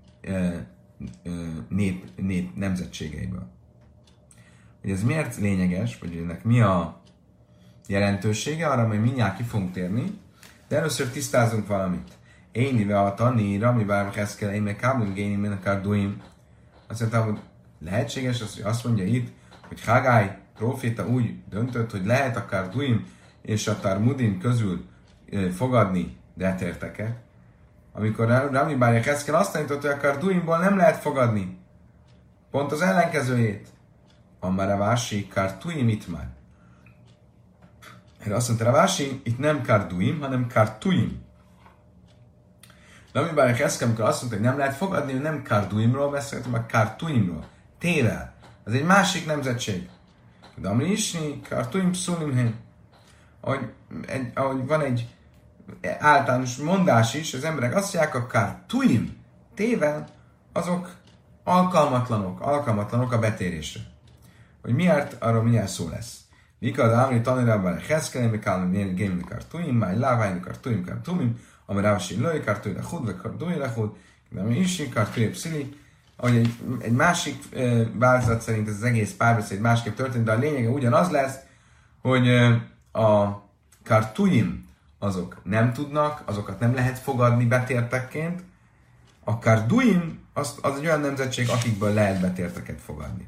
[SPEAKER 1] nemzetségeiből. Hogy ez miért lényeges, vagy ennek mi a jelentősége, arra majd mindjárt ki fogunk térni, de először tisztázunk valamit. Énive a taníra, mivel ezt kell, én meg káblim génim, én akár duim. Azt mondtam, hogy lehetséges az, hogy azt mondja itt, hogy Hagály próféta úgy döntött, hogy lehet akár duim és a tarmudim közül fogadni detérteket. amikor Rami Bar Yechezkel azt tanított, hogy a Karduimból nem lehet fogadni. Pont az ellenkezőjét. Amár Ravási Kartuim itt már. Erre azt mondta Ravási, itt nem Karduim, hanem Kartuim. Rami Bar Yechezkel, amikor azt mondta, hogy nem lehet fogadni, hogy nem Karduimról beszélt, hanem a Kartuimról. Tével. Az egy másik nemzetség. De ami isni, Kartuim Pszulimhen. Ahogy van egy általános mondás is, az emberek azt mondják, a Kartuim tével, azok alkalmatlanok a betérésre. Hogy miért, arról mindjárt szó lesz. Mikor Amri tanulában a Heszkelem, mikor milyen gémni Kartuim, máj lávájni Kartuim, ami Rási Lői, Kartuim lehud, vagy Kartuim lehud, de ami isni, Kartuim Pszili, ahogy egy másik változat szerint ez az egész párbeszéd másképp történt, de a lényege ugyanaz lesz, hogy a Kartuim azok nem tudnak, azokat nem lehet fogadni betértekként, a Karduim az egy olyan nemzetség, akikből lehet betérteket fogadni.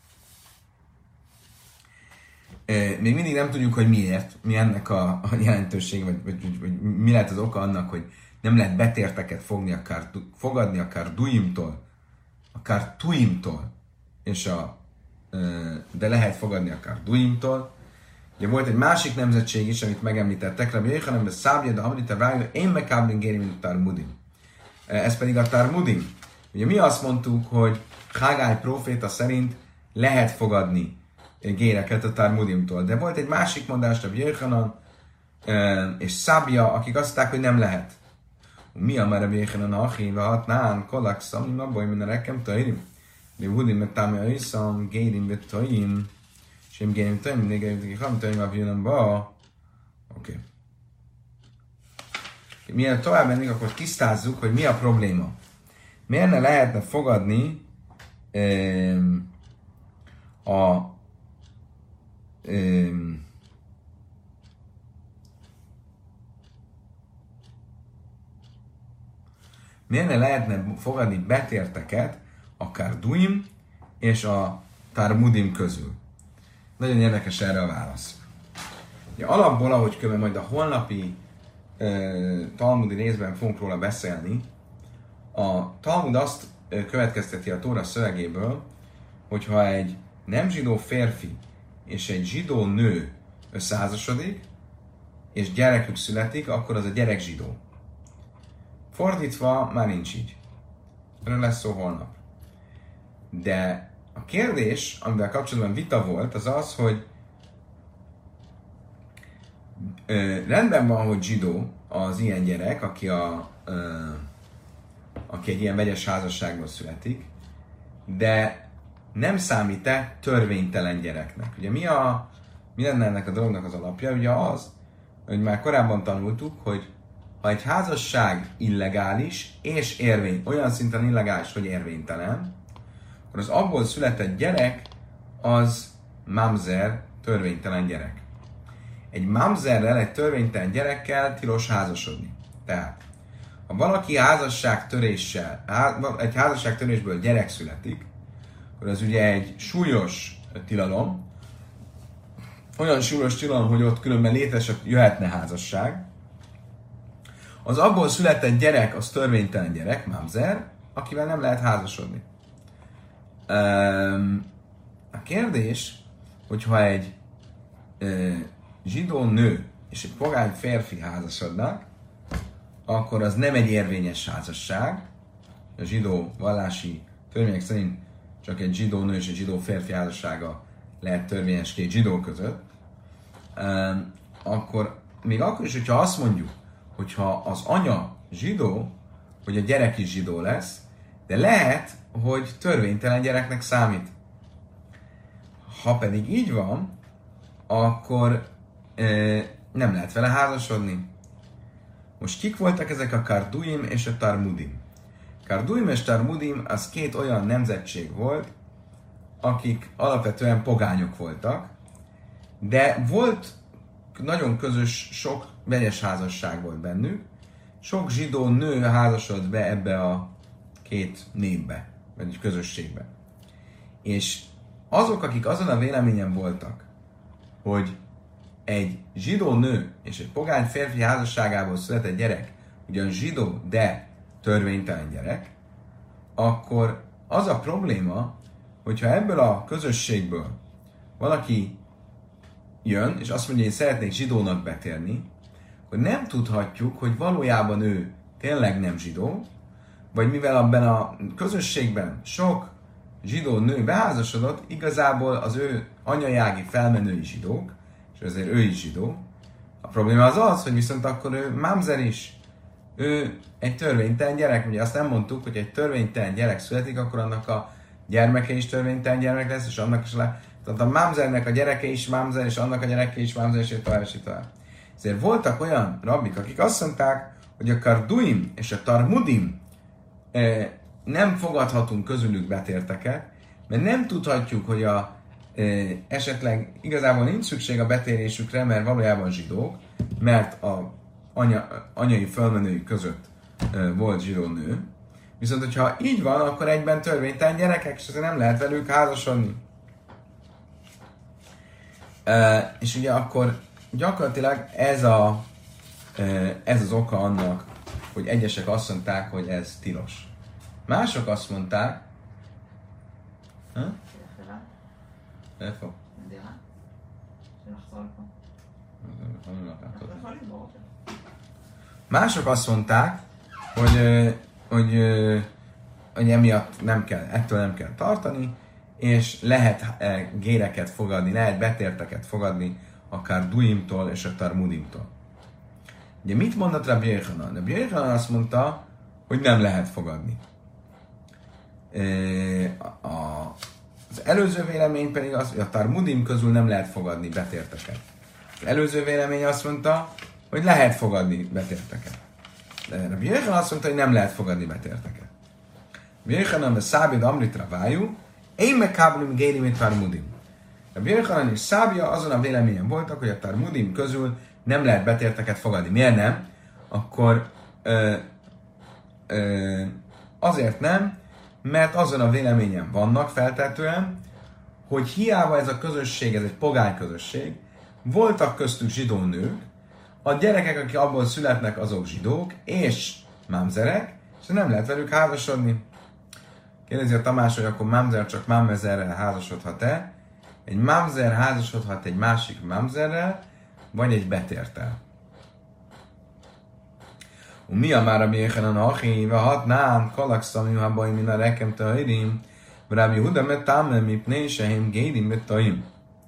[SPEAKER 1] Még mindig nem tudjuk, hogy miért, mi ennek a jelentőség, vagy mi lehet az oka annak, hogy nem lehet betérteket fogadni a Kartuimtól, de lehet fogadni a Karduimtól. Ugye volt egy másik nemzetség is, amit megemlítettek, Rabbi Yochanan, de Szábja, de Amrita Rájla, én megkáblin géri, mint a Tarmudim. Ez pedig a Tarmudim. Ugye mi azt mondtuk, hogy Hágály próféta szerint lehet fogadni géreket a Tarmudimtól, de volt egy másik mondás, Rabbi Yochanan és Szábja, akik azt mondták, hogy nem lehet. Mi a Rabbi Yochanan achiva hatnán, kolak szamim, abban, mint a rekem tajrim. De Hudim, mert támja iszam, gérim, vett tajim, sem gérim tajim, négerim, tajim, abjönömba. Oké. Mielőtt tovább mennénk, akkor tisztázzuk, hogy mi a probléma. Miért ne lehetne fogadni miért ne lehetne fogadni betérteket a Karduim és a Tarmudim közül? Nagyon érdekes erre a válasz. Ugye, alapból, ahogy köve majd a holnapi talmudi részben fogunk róla beszélni, a Talmud azt következteti a Tóra szövegéből, hogyha egy nem zsidó férfi és egy zsidó nő összeházasodik, és gyerekük születik, akkor az a gyerek zsidó. Fordítva már nincs így. Erről lesz szó holnap. De a kérdés, amivel kapcsolatban vita volt, az az, hogy rendben van, hogy zsidó az ilyen gyerek, aki egy ilyen vegyes házasságból születik, de nem számít-e törvénytelen gyereknek. Ugye mi lenne ennek a dolognak az alapja? Ugye az, hogy már korábban tanultuk, hogy ha egy házasság illegális és olyan szinten illegális, hogy érvénytelen, akkor az abból született gyerek az mamzer, törvénytelen gyerek. Egy mamzerrel, egy törvénytelen gyerekkel tilos házasodni. Tehát, ha valaki egy házasságtörésből gyerek születik, akkor az ugye egy súlyos tilalom, olyan súlyos tilalom, hogy ott különben jöhetne házasság. Az abból született gyerek, az törvénytelen gyerek, mamzer, akivel nem lehet házasodni. A kérdés, hogyha egy zsidó nő és egy pogány férfi házasodnak, akkor az nem egy érvényes házasság. A zsidó vallási törvények szerint csak egy zsidó nő és egy zsidó férfi házassága lehet törvényes két zsidó között. Akkor még akkor is, hogyha azt mondjuk, hogyha az anya zsidó, hogy a gyerek is zsidó lesz, de lehet, hogy törvénytelen gyereknek számít. Ha pedig így van, akkor nem lehet vele házasodni. Most kik voltak ezek a Karduim és a Tarmudim? Karduim és Tarmudim az két olyan nemzetség volt, akik alapvetően pogányok voltak, de volt nagyon közös, sok vegyes házasság volt bennük, sok zsidó nő házasodott be ebbe a két népbe, vagy egy közösségbe. És azok, akik azon a véleményen voltak, hogy egy zsidó nő és egy pogány férfi házasságából született gyerek ugyan zsidó, de törvénytelen gyerek, akkor az a probléma, hogyha ebből a közösségből valaki jön, és azt mondja, hogy én szeretnék zsidónak betérni, akkor nem tudhatjuk, hogy valójában ő tényleg nem zsidó, vagy mivel abban a közösségben sok zsidó nő beházasodott, igazából az ő anyajági felmenői zsidók, és azért ő is zsidó. A probléma az az, hogy viszont akkor ő mamzer is, ő egy törvénytelen gyerek. Ugye azt nem mondtuk, hogy egy törvénytelen gyerek születik, akkor annak a gyermeke is törvénytelen gyermek lesz, és annak is tehát a mamzernek a gyereke is mamzer, és annak a gyereke is mamzer, és tovább, és tovább. Ezért voltak olyan rabbik, akik azt mondták, hogy a karduim és a tarmudim nem fogadhatunk közülük betérteket, mert nem tudhatjuk, hogy esetleg igazából nincs szükség a betérésükre, mert valójában zsidók, mert a anyai fölmenői között volt zsidó nő. Viszont, hogyha így van, akkor egyben törvénytelen gyerekek, és nem lehet velük házasodni. És ugye akkor gyakorlatilag ez az oka annak, hogy egyesek azt mondták, hogy ez tilos. Mások azt mondták, mások azt mondták, hogy emiatt ettől nem kell tartani, és lehet géreket fogadni, lehet betérteket fogadni, akár duimtól és a tarmudimtól. Ugye mit mondott Rabbi Yochanan? Rabbi Yochanan azt mondta, hogy nem lehet fogadni. Az előző vélemény pedig az, hogy a tarmudim közül nem lehet fogadni betérteket. Az előző vélemény azt mondta, hogy lehet fogadni betérteket. De Rabbi Yochanan azt mondta, hogy nem lehet fogadni betérteket. Rabbi Yochanan a Szábid Amrit Ravájú, én megkáblim gérim egy tarmudim. Rabbi Yochanan és Szábia azon a véleményen voltak, hogy a tarmudim közül nem lehet betérteket fogadni. Miért nem? Akkor azért nem, mert azon a véleményen vannak feltetően, hogy hiába ez a közösség, ez egy pogány közösség, voltak köztük zsidó nők, a gyerekek, akik abból születnek, azok zsidók, és mamzerek, és nem lehet velük házasodni. Kérdezi a Tamás, hogy akkor mamzer csak mamzerrel házasodhat-e? Egy mamzer házasodhat egy másik mamzerrel, vagy egy betértel. Mi a már a Yochanan achi, hatnán, kalakszamim, ha baj, min a rekem tahirim, Rabbi Yehuda metámem, mipnei sehem gédim betaim.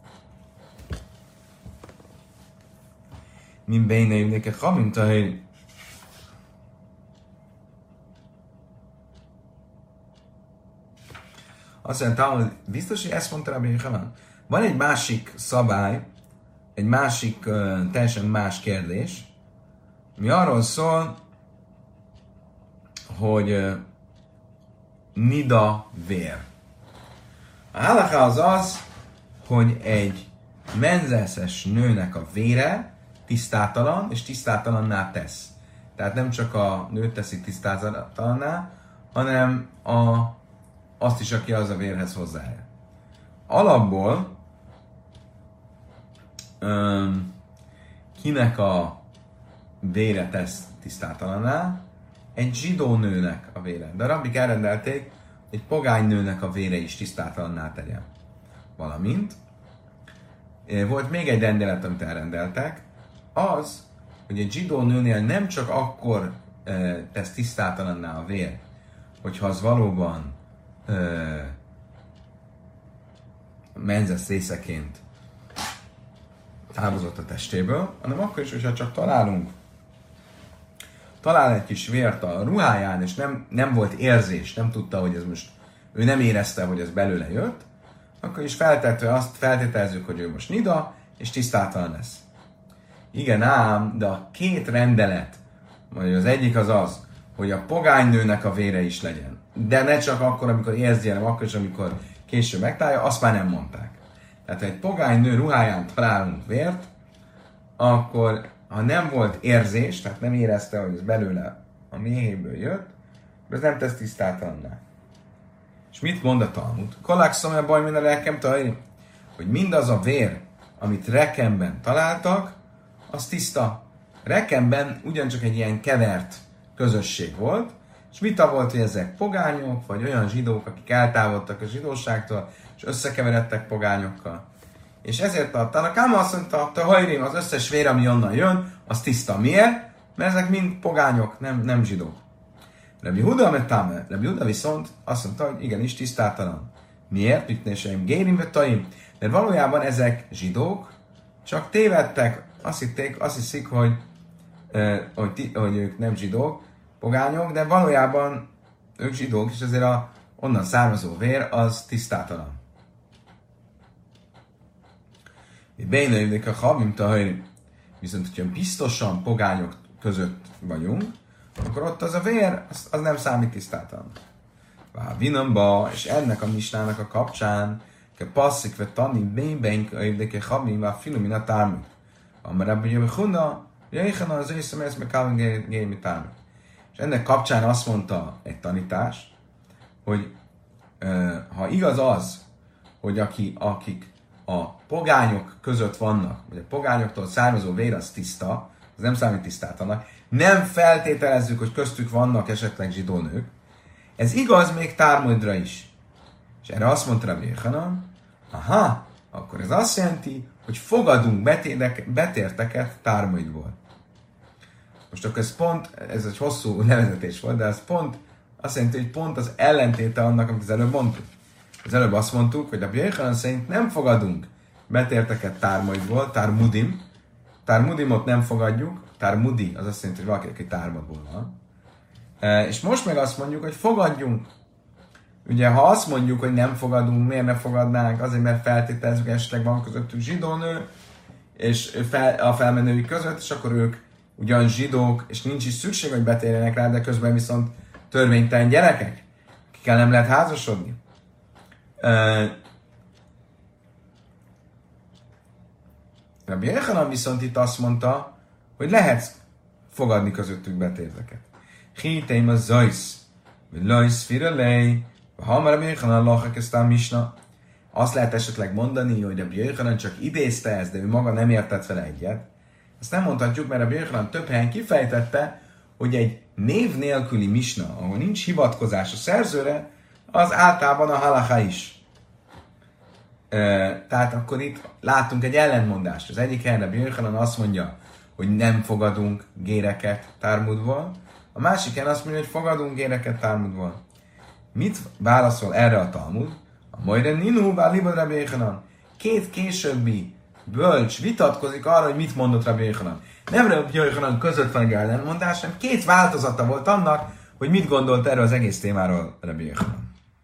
[SPEAKER 1] Min beineim neke chamim tahirim. Azt mondtam, hogy biztos, hogy ezt mondta Rabbi Yochanan. Van egy másik szabály, egy másik, teljesen más kérdés, mi arról szól, hogy nida vér. A halakha az az, hogy egy menzeszes nőnek a vére tisztátalan, és tisztátalanná tesz. Tehát nem csak a nőt teszi tisztátalanná, hanem azt is, aki az a vérhez hozzájár. Alapból kinek a vére tesz tisztátalanná? Egy zsidó nőnek a vére. De a rabbik elrendelték, egy pogány nőnek a vére is tisztátalanná tegyen. Valamint volt még egy rendelet, amit elrendeltek, az, hogy egy zsidó nőnél nem csak akkor tesz tisztátalanná a vér, hogyha az valóban menzesz részeként távozott a testéből, hanem akkor is, hogyha csak talál egy kis vért a ruháján, és nem volt érzés, nem tudta, hogy ez most, ő nem érezte, hogy ez belőle jött, akkor is azt feltételezzük, hogy ő most nida, és tisztátalan lesz. Igen ám, de a két rendelet, vagy az egyik az, hogy a pogánynőnek a vére is legyen. De ne csak akkor, amikor érzi, hanem akkor is, amikor később megtalálja, azt már nem mondták. Tehát, ha egy pogánynő ruháján találunk vért, akkor, ha nem volt érzés, tehát nem érezte, hogy ez belőle a méhéből jött, ez nem tesz tisztátalanná. És mit mond a Talmud? Kolákszom a baj, minden rekem tajri, hogy mindaz a vér, amit rekemben találtak, az tiszta. Rekemben ugyancsak egy ilyen kevert közösség volt, És vita volt, hogy ezek pogányok, vagy olyan zsidók, akik eltávolodtak a zsidóságtól, és összekeveredtek pogányokkal. És ezért a Tanakáma azt mondta, a hajrim, az összes vér, ami onnan jön, az tiszta. Miért? Mert ezek mind pogányok, nem zsidók. Rabbi Huda metame. Rabbi Huda viszont azt mondta, hogy igenis tisztátalan. Miért? Mitnéseim gérim vetaim. Mert valójában ezek zsidók, csak tévedtek, azt hiszik, hogy ők nem zsidók, pogányok, de valójában ők zsidók, és ezért onnan származó vér az tisztátalan. Bénőjük a havim tahajrim. Viszont, hogyha biztosan pogányok között vagyunk, akkor ott az a vér, az nem számít tisztátalan. Vinamba, és ennek a misnának a kapcsán, passzik ve tanni bénbenk a érdeke havim, a filumin a tármuk. Amarabbi jöjjön Huna, jöjjön az észre, ezt meg Kálvin gémi tármuk. És ennek kapcsán azt mondta egy tanítás, hogy ha igaz az, hogy akik a pogányok között vannak, vagy a pogányoktól származó vér az tiszta, az nem számít tisztátanak, nem feltételezzük, hogy köztük vannak esetleg zsidó nők. Ez igaz még Tármudra is. És erre azt mondta Rabbi Yochanan, akkor ez azt jelenti, hogy fogadunk betérteket Tármudból. Most akkor ez egy hosszú levezetés volt, de ez pont azt jelenti, hogy pont az ellentéte annak, amit az előbb mondtuk. Az előbb azt mondtuk, hogy Rabbi Yochanan szerint nem fogadunk betérteket Tármudból, Tármudimot nem fogadjuk, Tármudi az azt jelenti, hogy valaki, aki Tármudból van. És most meg azt mondjuk, hogy fogadjunk. Ugye, ha azt mondjuk, hogy nem fogadunk, miért ne fogadnánk? Azért, mert feltételezzük, esetleg van közöttük zsidónő, és a felmenői között, és akkor ők ugyan zsidók, és nincs is szükség, hogy betérjenek rá, de közben viszont törvénytelen gyerekek, akikkel nem lehet házasodni. Rabbi Yochanan viszont itt azt mondta, hogy lehet fogadni közöttük betérteket. Hiteim a zajsz, vagy lajsz firelej, ha már Rabbi Yochanan lachak ezt a misna. Azt lehet esetleg mondani, hogy Rabbi Yochanan csak idézte ezt, de ő maga nem értett vele egyet. Ezt nem mondhatjuk, mert Rabbi Yochanan több helyen kifejtette, hogy egy név nélküli misna, ahol nincs hivatkozás a szerzőre, az általában a halacha is. Tehát akkor itt látunk egy ellentmondást. Az egyik helyen Rabbi Yochanan azt mondja, hogy nem fogadunk géreket Tármudból, a másik helyen azt mondja, hogy fogadunk géreket Tármudból. Mit válaszol erre a Talmud? A Moire Ninu Válibad Rabbi Yochanan. Két későbbi bölcs vitatkozik arra, hogy mit mondott Rabbi Yochanan. Nem Rabbi Yochanan között van egy ellentmondás, hanem két változata volt annak, hogy mit gondolt erről az egész témáról Rabbi Yochanan.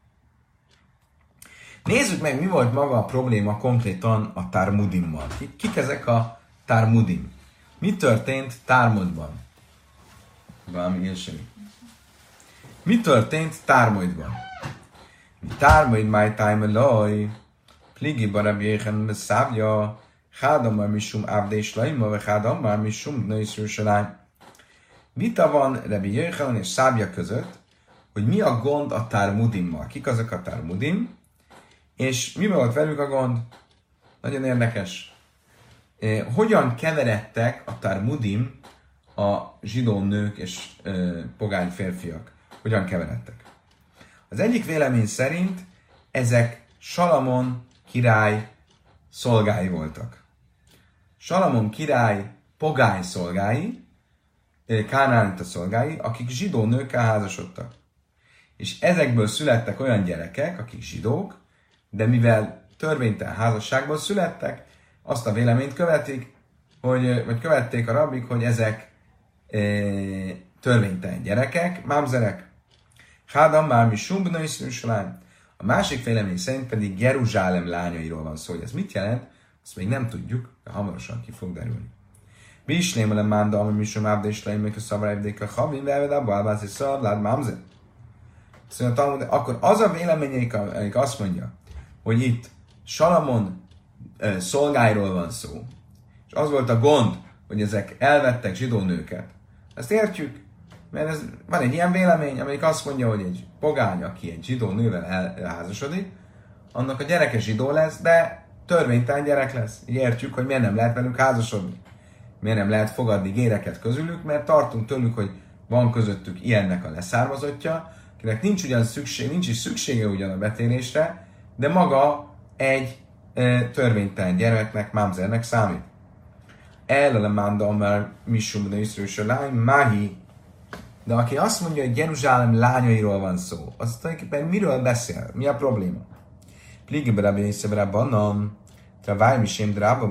[SPEAKER 1] Nézzük meg, mi volt maga a probléma konkrétan a Tármudimmal. Kik ezek a Tármudim? Mi történt Tármudban? Valami ilyesmi. Mi történt Tármudban? Tármud máj tájmelaj, pligi Rabbi Yochanan beszávja, hádam már misum ávde és laima, vagy hádam már misum nőszrűselány. Vita van Rabbi Yochanan és Szábja között, hogy mi a gond a Tármudimmal. Kik azok a Tármudim? És mi volt velük a gond? Nagyon érdekes. Hogyan keveredtek a Tármudim a zsidó nők és pogány férfiak? Hogyan keveredtek? Az egyik vélemény szerint ezek Salamon király szolgái voltak. Salamon király pogány szolgái, kánaánita szolgái, akik zsidó nőkkel házasodtak. És ezekből születtek olyan gyerekek, akik zsidók, de mivel törvénytelen házasságból születtek, azt a véleményt követik, vagy követték a rabbik, hogy ezek törvénytelen gyerekek, mámzerek. Hádam már mi sumbnaiszrűslány. A másik vélemény szerint pedig Jeruzsálem lányairól van szó, hogy ez mit jelent, azt még nem tudjuk, de hamarosan ki fog derülni. Mi is némelem mánda, ami mi sem ábda is leimlik a szavarájdék a havin, velvedába álvász és szarlád mámzer. Szóval akkor az a véleményeik, amelyik azt mondja, hogy itt Salamon szolgáiról van szó, és az volt a gond, hogy ezek elvettek zsidó nőket. Ezt értjük, mert van egy ilyen vélemény, amelyik azt mondja, hogy egy pogány, aki egy zsidó nővel elházasodik, annak a gyereke zsidó lesz, de törvénytelen gyerek lesz. Így értjük, hogy miért nem lehet velük házasodni. Miért nem lehet fogadni géreket közülük, mert tartunk tőlük, hogy van közöttük ilyennek a leszármazottja, akinek nincs is szüksége ugyan a betérésre, de maga egy törvénytelen gyermeknek, mámzernek számít. Ellelemánda már misum de Iszrősölány, máhi. De aki azt mondja, hogy Jeruzsálem lányairól van szó, az tulajdonképpen miről beszél? Mi a probléma? Pligibe rabbi észre banam, traváj misém drába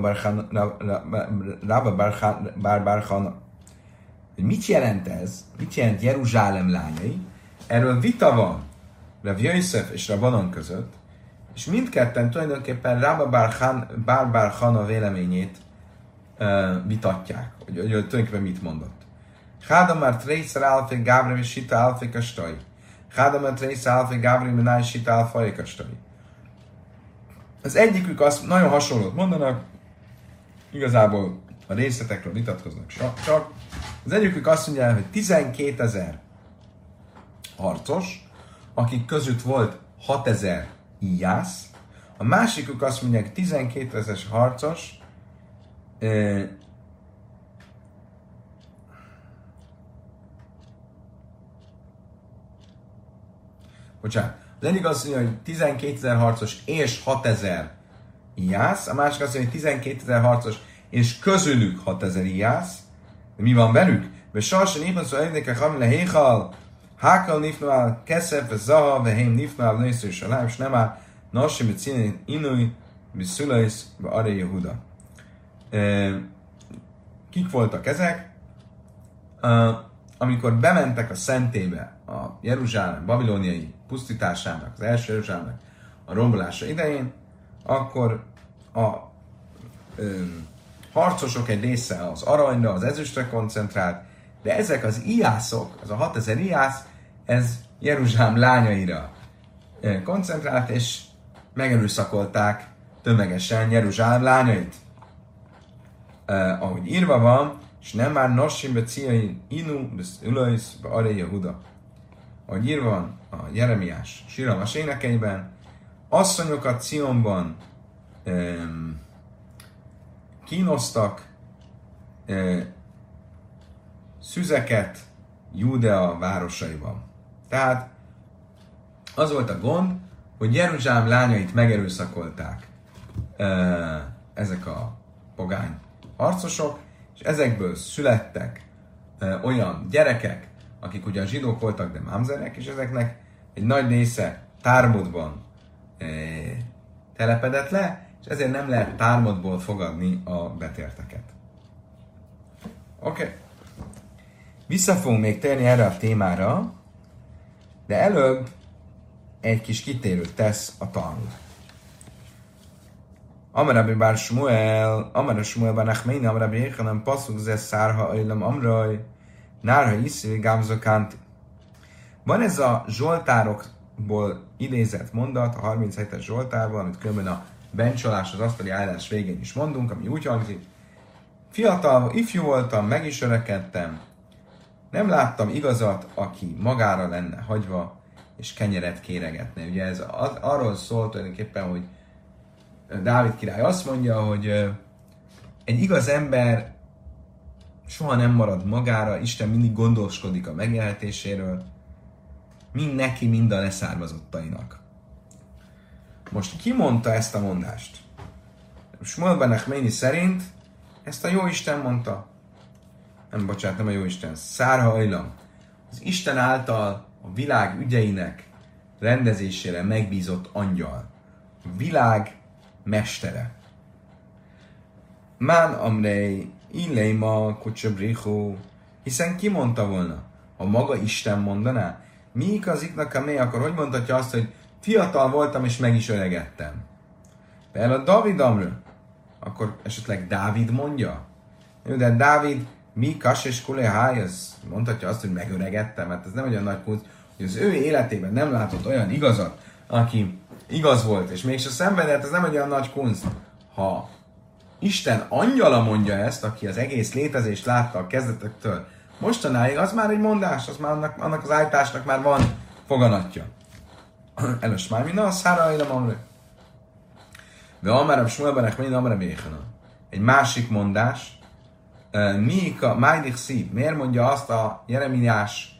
[SPEAKER 1] barbarchana. Mit jelent ez? Mit jelent Jeruzsálem lányai? Erről vita van Rav Yosef és Rabbanon között, és mindketten tulajdonképpen Rabba Bar Chana véleményét vitatják, hogy tulajdonképpen mit mondott. Hádamár Trészar Alfé Gábri és Sita Alfé Kastai. Hádamár Trészar Alfé Gábri Menái Sita Alfé Kastai. Az egyikük azt nagyon hasonlót mondanak, igazából a részletekről vitatkoznak csak. Az egyikük azt mondja, hogy 12 000 harcos, akik között volt 6 000 íjász. A másikuk azt mondják, 12 000 harcos, bocsánat, az egyik azt mondja, hogy 12 000 harcos és 6 000 íjász, a másik azt mondja, hogy 12 000 harcos és közülük 6 000 íjász. De mi van velük? Ve sarsa népon szó elindéke hamile héhal, hákal nifnál, keszef, ve zaha, ve hém nifnál, nősző és alám, és nem áll, nassi, be cíni, inúj, be szülajsz, be aré Jehuda. Kik voltak ezek? Amikor bementek a szentébe a Jeruzsálem babiloniai pusztításának, az első Jeruzsálemnek a rombolása idején, akkor a harcosok egy része az aranyra, az ezüstre koncentrált, de ezek az íjászok, az a 6 000 íjász, ez Jeruzsálem lányaira koncentrált, és megerőszakolták tömegesen Jeruzsálem lányait. Ahogy írva van, és nem már Nosim be Ciai Inu, be Ulajsz, be Aré Jehuda. Ahogy írva van a Jeremiás síralmas énekeiben, asszonyokat Cionban kínoztak, szüzeket Júdea városaiban. Tehát az volt a gond, hogy Jeruzsálem lányait megerőszakolták ezek a pogány harcosok, és ezekből születtek olyan gyerekek, akik ugyan zsidók voltak, de mámzerek, és ezeknek egy nagy része Tármodban telepedett le, és ezért nem lehet Tármodból fogadni a betérteket. Oké. Vissza fogunk még térni erre a témára, de előbb egy kis kitérőt tesz a Talmud. Amarabi bár Shmuel, Amara Shmuel bár Nachmeini, Amarabi Yechanan, passzuk ze szárha ajlam amraj, nárha iszvi gámzokanti. Van ez a zsoltárokból idézett mondat, a 37-es zsoltárban, amit különben a bencsolás, az asztali állás végén is mondunk, ami úgy hangzik: fiatal, ifjú voltam, meg is örekedtem, nem láttam igazat, aki magára lenne hagyva, és kenyeret kéregetne. Ugye ez arról szól tulajdonképpen, hogy Dávid király azt mondja, hogy egy igaz ember soha nem marad magára, Isten mindig gondoskodik a megélhetéséről, mind neki, mind a leszármazottainak. Most ki mondta ezt a mondást? Shmuel ben Nachmani szerint ezt a Jóisten mondta. Nem a Jóisten, Szárha Ajlam. Az Isten által a világ ügyeinek rendezésére megbízott angyal. A világ mestere. Mán amrei illéma kocsabrichu, hiszen ki mondta volna? Ha maga Isten mondaná? Mi igaziknak a mély, akkor hogy mondhatja azt, hogy fiatal voltam és meg is öregedtem? Például a Dávid amra, akkor esetleg Dávid mondja? Jó, de Dávid mi kas és kuleháj, az mondhatja azt, hogy megöregettem, mert ez nem olyan nagy kunst, hogy az ő életében nem látott olyan igazat, aki igaz volt, és mégse szenvedett, ez nem olyan nagy kunst. Ha Isten angyala mondja ezt, aki az egész létezést látta a kezdetektől mostanáig, az már egy mondás, az már annak az állításnak már van foganatja. Elős már minden, az Szára Ajlam amrő. De Amáram Shmuel ben Nachmani, Amáram Jéhana. Egy másik mondás, Mika, Májdik Szív, miért mondja azt a Jeremiás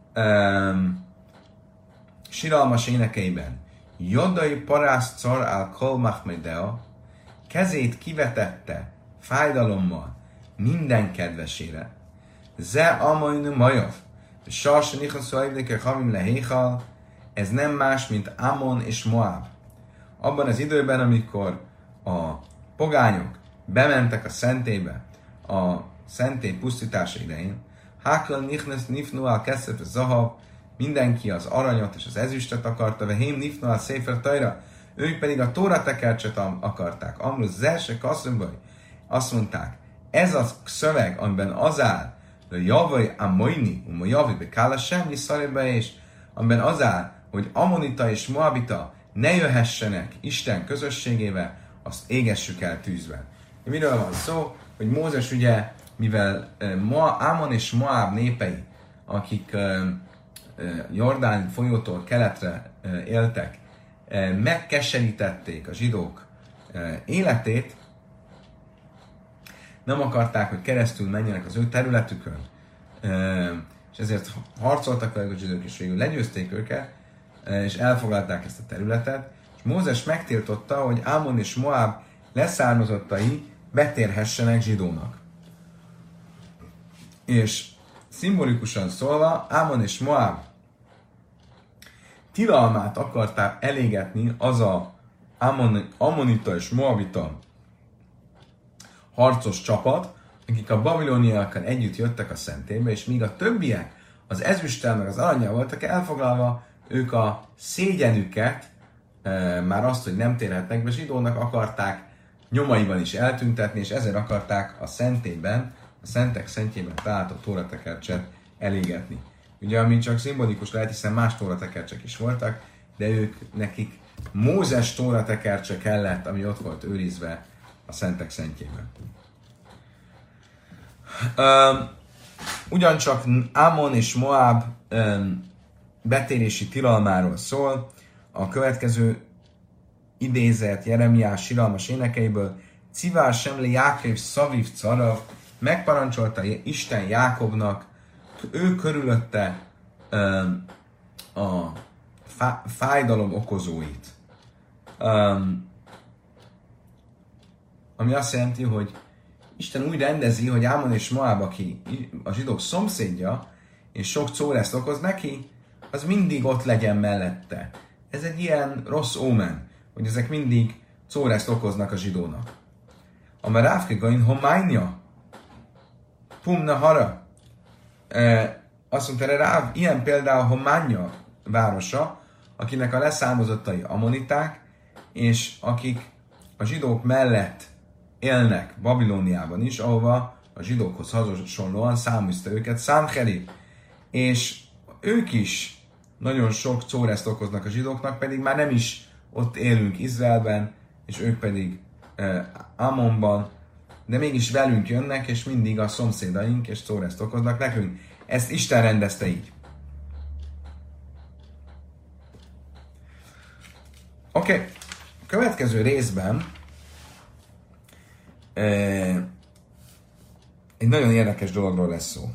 [SPEAKER 1] siralmas énekeiben? Jodai parász car al kol machmedea, kezét kivetette fájdalommal minden kedvesére. Ze amajnu majav, sas nichasz aivdeke havim lehéhal, ez nem más, mint Ammon és Moab. Abban az időben, amikor a pogányok bementek a szentélybe, a szentély pusztítása idején, Hákel nichnes nifnu al keszef zahav, mindenki az aranyat és az ezüstet akarta, vehém nifnu al széfer tajra, ők pedig a Tóra tekercset akarták. Amrus zelse kasszömbaj, azt mondták, ez a szöveg, amiben az áll, hogy javai amoini, javi bekála semmi szarebe és amiben az áll, hogy Ammonita és Moabita ne jöhessenek Isten közösségébe, azt égessük el tűzben. Miről van szó? Hogy Mózes ugye, mivel Ammon és Moab népei, akik Jordán folyótól keletre éltek, megkeserítették a zsidók életét, nem akarták, hogy keresztül menjenek az ő területükön, és ezért harcoltak velük a zsidók, és végül legyőzték őket, és elfoglalták ezt a területet, és Mózes megtiltotta, hogy Ammon és Moab leszármazottai betérhessenek zsidónak. És szimbolikusan szólva, Ammon és Moab tilalmát akarták elégetni az a ammonita és moabita harcos csapat, akik a babiloniakkal együtt jöttek a szentélybe, és míg a többiek az ezüsttel meg az arannyal voltak elfoglalva, ők a szégyenüket, már azt, hogy nem térhetnek be zsidónak, akarták nyomaiban is eltüntetni, és ezért akarták a szentélyben, a szentek szentjében található tóratekercset elégetni. Ugye, ami csak szimbolikus lehet, hiszen más tóratekercsek is voltak, de nekik Mózes tóratekercse kellett, ami ott volt őrizve a szentek szentjében. Ugyancsak Ammon és Moab betérési tilalmáról szól. A következő idézet Jeremiás siralmas énekeiből: Civár semle Jákov szaviv carav, megparancsolta Isten Jákobnak, ő körülötte a fájdalom okozóit. Ami azt jelenti, hogy Isten úgy rendezi, hogy Ammon és Moab, aki a zsidók szomszédja, és sok córeszt okoz neki, az mindig ott legyen mellette. Ez egy ilyen rossz ómen, hogy ezek mindig córeszt okoznak a zsidónak. A merávkegain hományja, pumna hara. Azt mondta erre Ráv, ilyen például Hománya városa, akinek a leszármazottai ammoniták, és akik a zsidók mellett élnek Babilóniában is, ahova a zsidókhoz hasonlóan száműzte őket Szánherib. És ők is nagyon sok córeszt okoznak a zsidóknak, pedig már nem is ott élünk Izraelben, és ők pedig Ammonban, de mégis velünk jönnek, és mindig a szomszédaink, és córeszt okoznak nekünk. Ezt Isten rendezte így. Oké. Következő részben egy nagyon érdekes dologról lesz szó.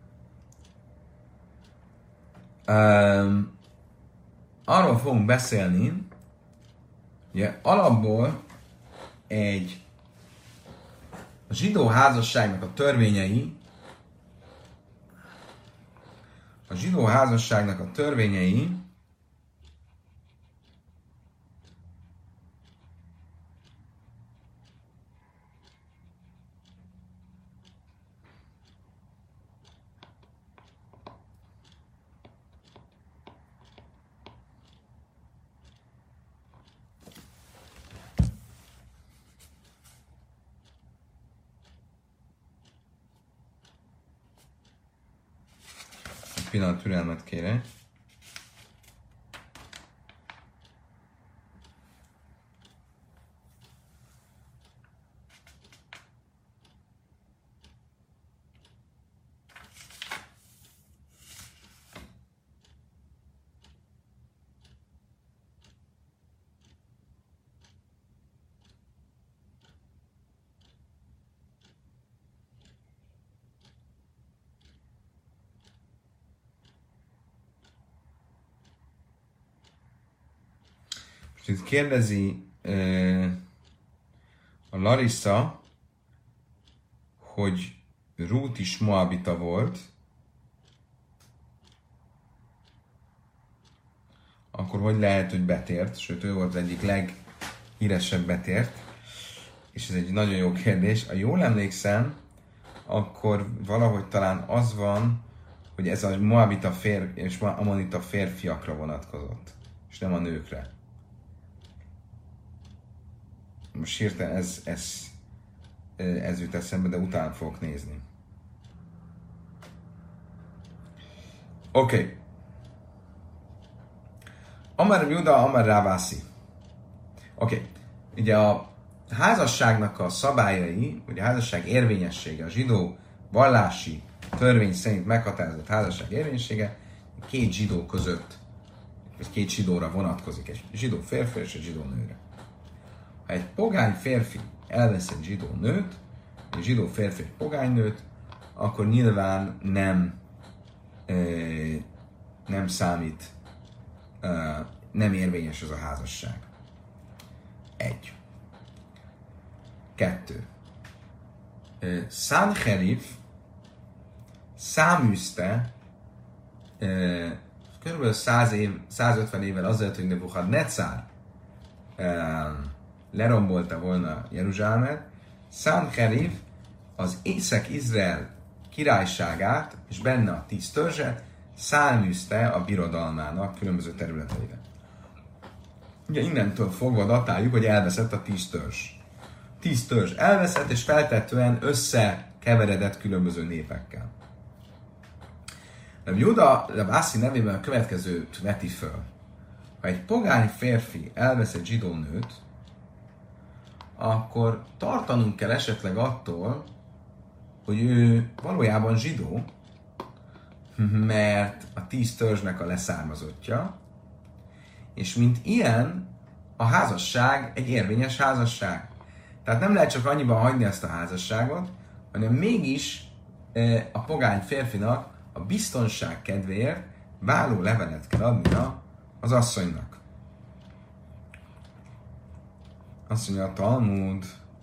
[SPEAKER 1] Arról fogunk beszélni, ugye alapból a zsidó házasságnak a törvényei, pillanat türelmet kérek. itt kérdezi a Larissa, hogy Rút is moabita volt, akkor hogy lehet, hogy betért? Sőt, ő volt az egyik leghíresebb betért. És ez egy nagyon jó kérdés. Ha jól emlékszem, akkor valahogy talán az van, hogy ez a moabita és ammonita férfiakra vonatkozott, és nem a nőkre. Most hirtelen ez jut eszembe, de utána fogok nézni. Oké. Amar Juda, Amar Rávászi. Oké. Ugye a házasságnak a szabályai, ugye a házasság érvényessége, a zsidó vallási törvény szerint meghatározott házasság érvényessége két zsidó között, vagy két zsidóra vonatkozik, egy zsidó férfi és egy zsidó nőre. Ha egy pogány férfi elvesz egy zsidó nőt, egy zsidó férfi egy pogány nőt, akkor nyilván nem számít, nem érvényes ez a házasság. 1. 2. Sanherib száműzte kb. 150 évvel azért, hogy Nebuchadnezzar lerombolta volna Jeruzsálemet, Sanherib az Észak-Izrael királyságát és benne a 10 törzset száműzte a birodalmának különböző területeire. Ugye innentől fogva datáljuk, hogy elveszett a 10 törzs. 10 törzs elveszett, és feltetően összekeveredett különböző népekkel. Rabbi Juda Rávászi nevében a következőt veti föl. Ha egy pogány férfi elvesz egy zsidó nőt, akkor tartanunk kell esetleg attól, hogy ő valójában zsidó, mert a 10 törzsnek a leszármazottja, és mint ilyen a házasság egy érvényes házasság. Tehát nem lehet csak annyiban hagyni ezt a házasságot, hanem mégis a pogány férfinak a biztonság kedvéért váló levelet kell adnia az asszonynak. Azt mondja a Talmud,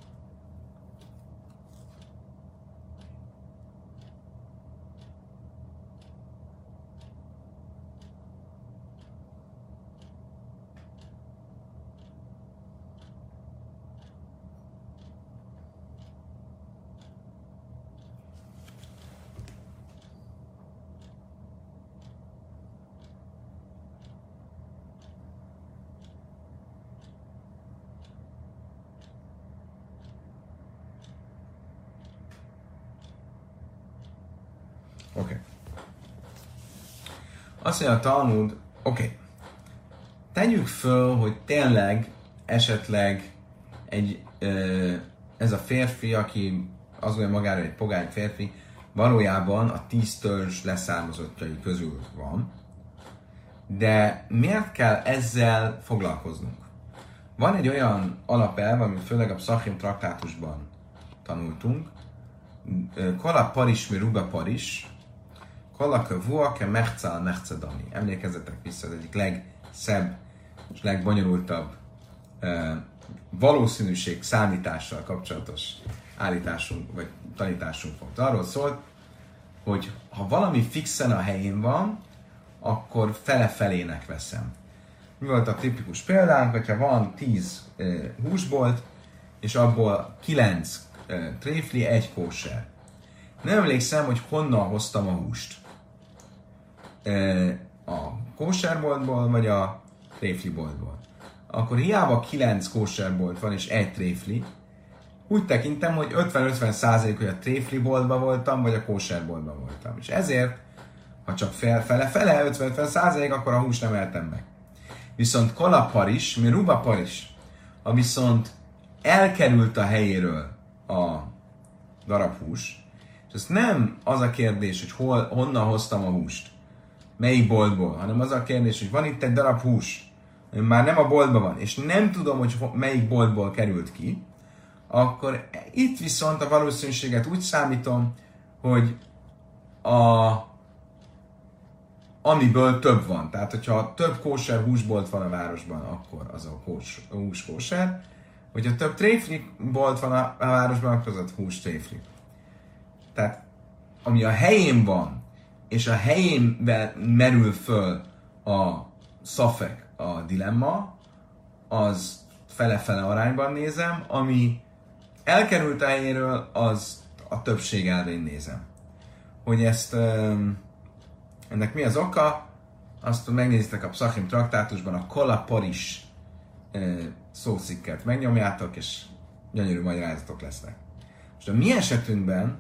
[SPEAKER 1] Oké. Azt mondja a Talmud, tegyük föl, hogy tényleg esetleg ez a férfi, aki azt mondja magára, egy pogány férfi, valójában a 10 törzs leszármazottjai közül van. De miért kell ezzel foglalkoznunk? Van egy olyan alapelv, amit főleg a Pszachim traktátusban tanultunk, Kala paris mi ruga paris, Kala kavua ke mechcal mechcedami. Emlékezzetek vissza, az egyik legszebb és legbonyolultabb valószínűség számítással kapcsolatos állításunk, vagy tanításunk volt. Arról szólt, hogy ha valami fixen a helyén van, akkor fele-felének veszem. Mi volt a tipikus példánk, hogyha van 10 húsbolt, és abból 9 tréfli, 1 kóser. Nem emlékszem, hogy honnan hoztam a húst. A kóserboltból, vagy a tréfliboltból. Akkor hiába 9 kóserbolt van, és 1 tréfli, úgy tekintem, hogy 50-50%, hogy a tréfliboltban voltam, vagy a kóserboltban voltam. És ezért, ha csak fele-fele, 50-50%, akkor a húst nem eltem meg. Viszont kola paris, mi ruba paris, ha viszont elkerült a helyéről a darab hús, és ez nem az a kérdés, hogy honnan hoztam a húst, melyik boltból, hanem az a kérdés, hogy van itt egy darab hús, ami már nem a boltban van, és nem tudom, hogy melyik boltból került ki, akkor itt viszont a valószínűséget úgy számítom, hogy amiből több van. Tehát, hogyha több kóser húsbolt van a városban, akkor az a hús kóser. Hogyha több tréfli bolt van a városban, akkor az a hús tréfli. Tehát, ami a helyén van, és a helyén merül föl a szafek, a dilemma, az fele-fele arányban nézem, ami elkerült a helyéről, az a többség elvén nézem. Hogy ennek mi az oka, azt megnézitek a Pszachim traktátusban, a Kolaporis szócikket megnyomjátok, és gyönyörű magyarázatok lesznek. Most a mi esetünkben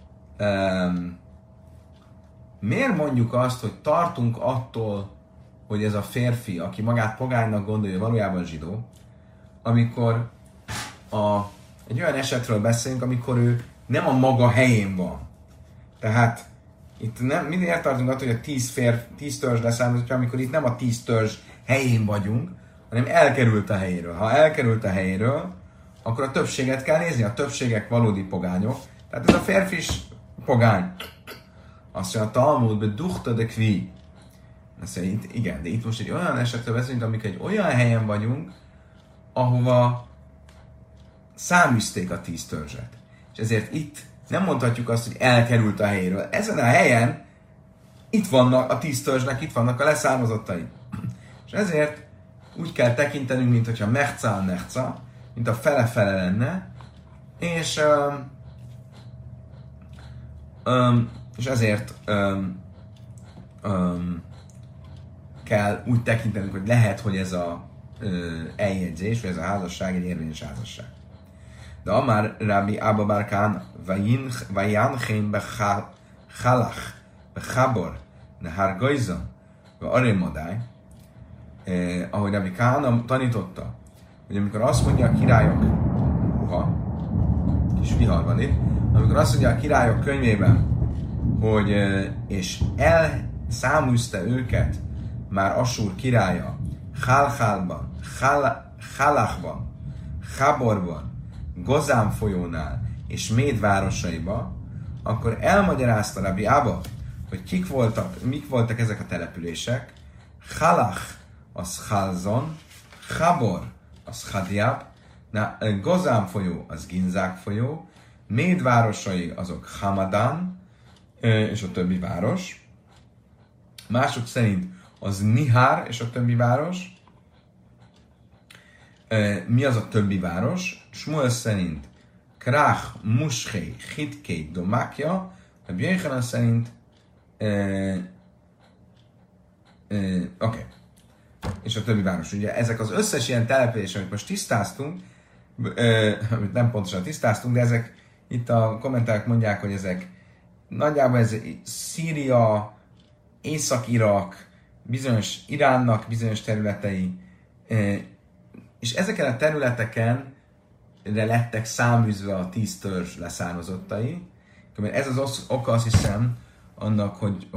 [SPEAKER 1] miért mondjuk azt, hogy tartunk attól, hogy ez a férfi, aki magát pogánynak gondolja, valójában zsidó, amikor egy olyan esetről beszélünk, amikor ő nem a maga helyén van. Tehát itt miért tartunk attól, hogy a 10 törzs leszármazottja, amikor itt nem a 10 törzs helyén vagyunk, hanem elkerült a helyéről. Ha elkerült a helyéről, akkor a többséget kell nézni, a többségek valódi pogányok. Tehát ez a férfi is pogány. Azt mondja, a Talmud, beduchta de kvi. Azt mondja, igen, de itt most egy olyan esetről beszélünk, amikor egy olyan helyen vagyunk, ahova száműzték a 10 törzset. És ezért itt nem mondhatjuk azt, hogy elkerült a helyéről. Ezen a helyen itt vannak a 10 törzsnek, itt vannak a leszármazottai. És ezért úgy kell tekintenünk, mint hogyha mechca, mint a fele-fele lenne, és ezért kell úgy tekintenünk, hogy lehet, hogy ez a eljegyzés, vagy ez a házasság egy érvényes házasság. De amár Rabbi Abba bar Kahana vajanchén bechalach bechabor nehar goizon arémadály, ahogy Rabbi Kahana tanította, hogy amikor azt mondja a királyok, kis vihar van itt, amikor azt mondja a királyok könyvében, hogy és elszáműzte őket már Assur királya Chalchalban, Chalachban, Chaborban, Gozám folyónál és Méd városaiba, akkor elmagyarázta Rabbi Abba, hogy mik voltak ezek a települések. Chalach az Chalzon, Chabor az Chadiab, Gozám folyó az Ginzák folyó, Méd városai azok Hamadan és a többi város. Mások szerint az Nihár és a többi város. Mi az a többi város? Shmuel szerint Krach, Mushé, Hitké, Domákja, a Bjéchanan szerint oké. És a többi város. Ugye ezek az összes ilyen település, amit most tisztáztunk, amit nem pontosan tisztáztunk, de ezek itt a kommentárok mondják, hogy ezek nagyjából ez Szíria, Észak-Irak, bizonyos Iránnak bizonyos területei, és ezeken a területeken lettek száműzve a 10 törzs leszármazottai. Ez az oka, azt hiszem, annak,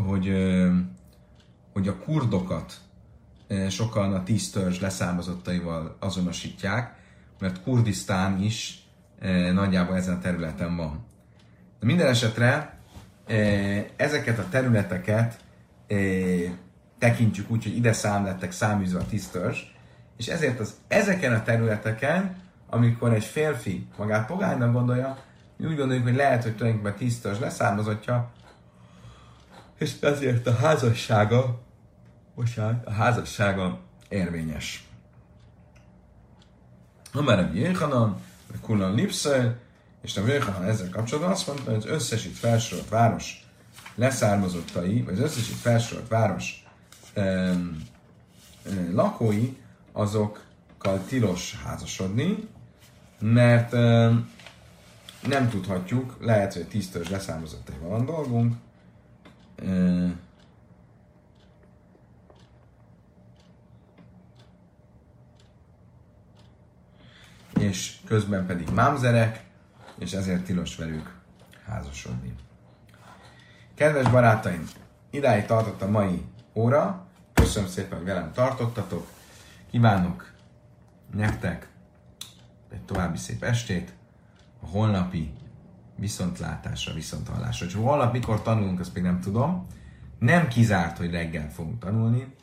[SPEAKER 1] hogy a kurdokat sokan a 10 törzs leszármazottaival azonosítják, mert Kurdisztán is nagyjából ezen a területen van. De minden esetre ezeket a területeket tekintjük úgy, hogy ide lettek száműzve a 10 törzs, és ezért ezeken a területeken, amikor egy férfi magát pogánynak gondolja, mi úgy gondoljuk, hogy lehet, hogy tulajdonképpen 10 törzs leszármazottja, és ezért a házassága érvényes. Amár a Jéhanan, a Kulan Lipszer, és a Jéhanan ezzel kapcsolatban azt mondta, hogy az összes itt felsorolt város leszármazottai, vagy az összes itt felsorolt város lakói, azokkal tilos házasodni, mert nem tudhatjuk, lehet, hogy 10 törzs leszármazottaival van dolgunk, és közben pedig mámzerek, és ezért tilos velük házasodni. Kedves barátaim, idáig tartott a mai óra. Köszönöm szépen, hogy velem tartottatok. Kívánok nektek egy további szép estét, a holnapi viszontlátásra, viszonthallásra. Hogy holnap mikor tanulunk, azt még nem tudom, Nem kizárt, hogy reggel fogunk tanulni,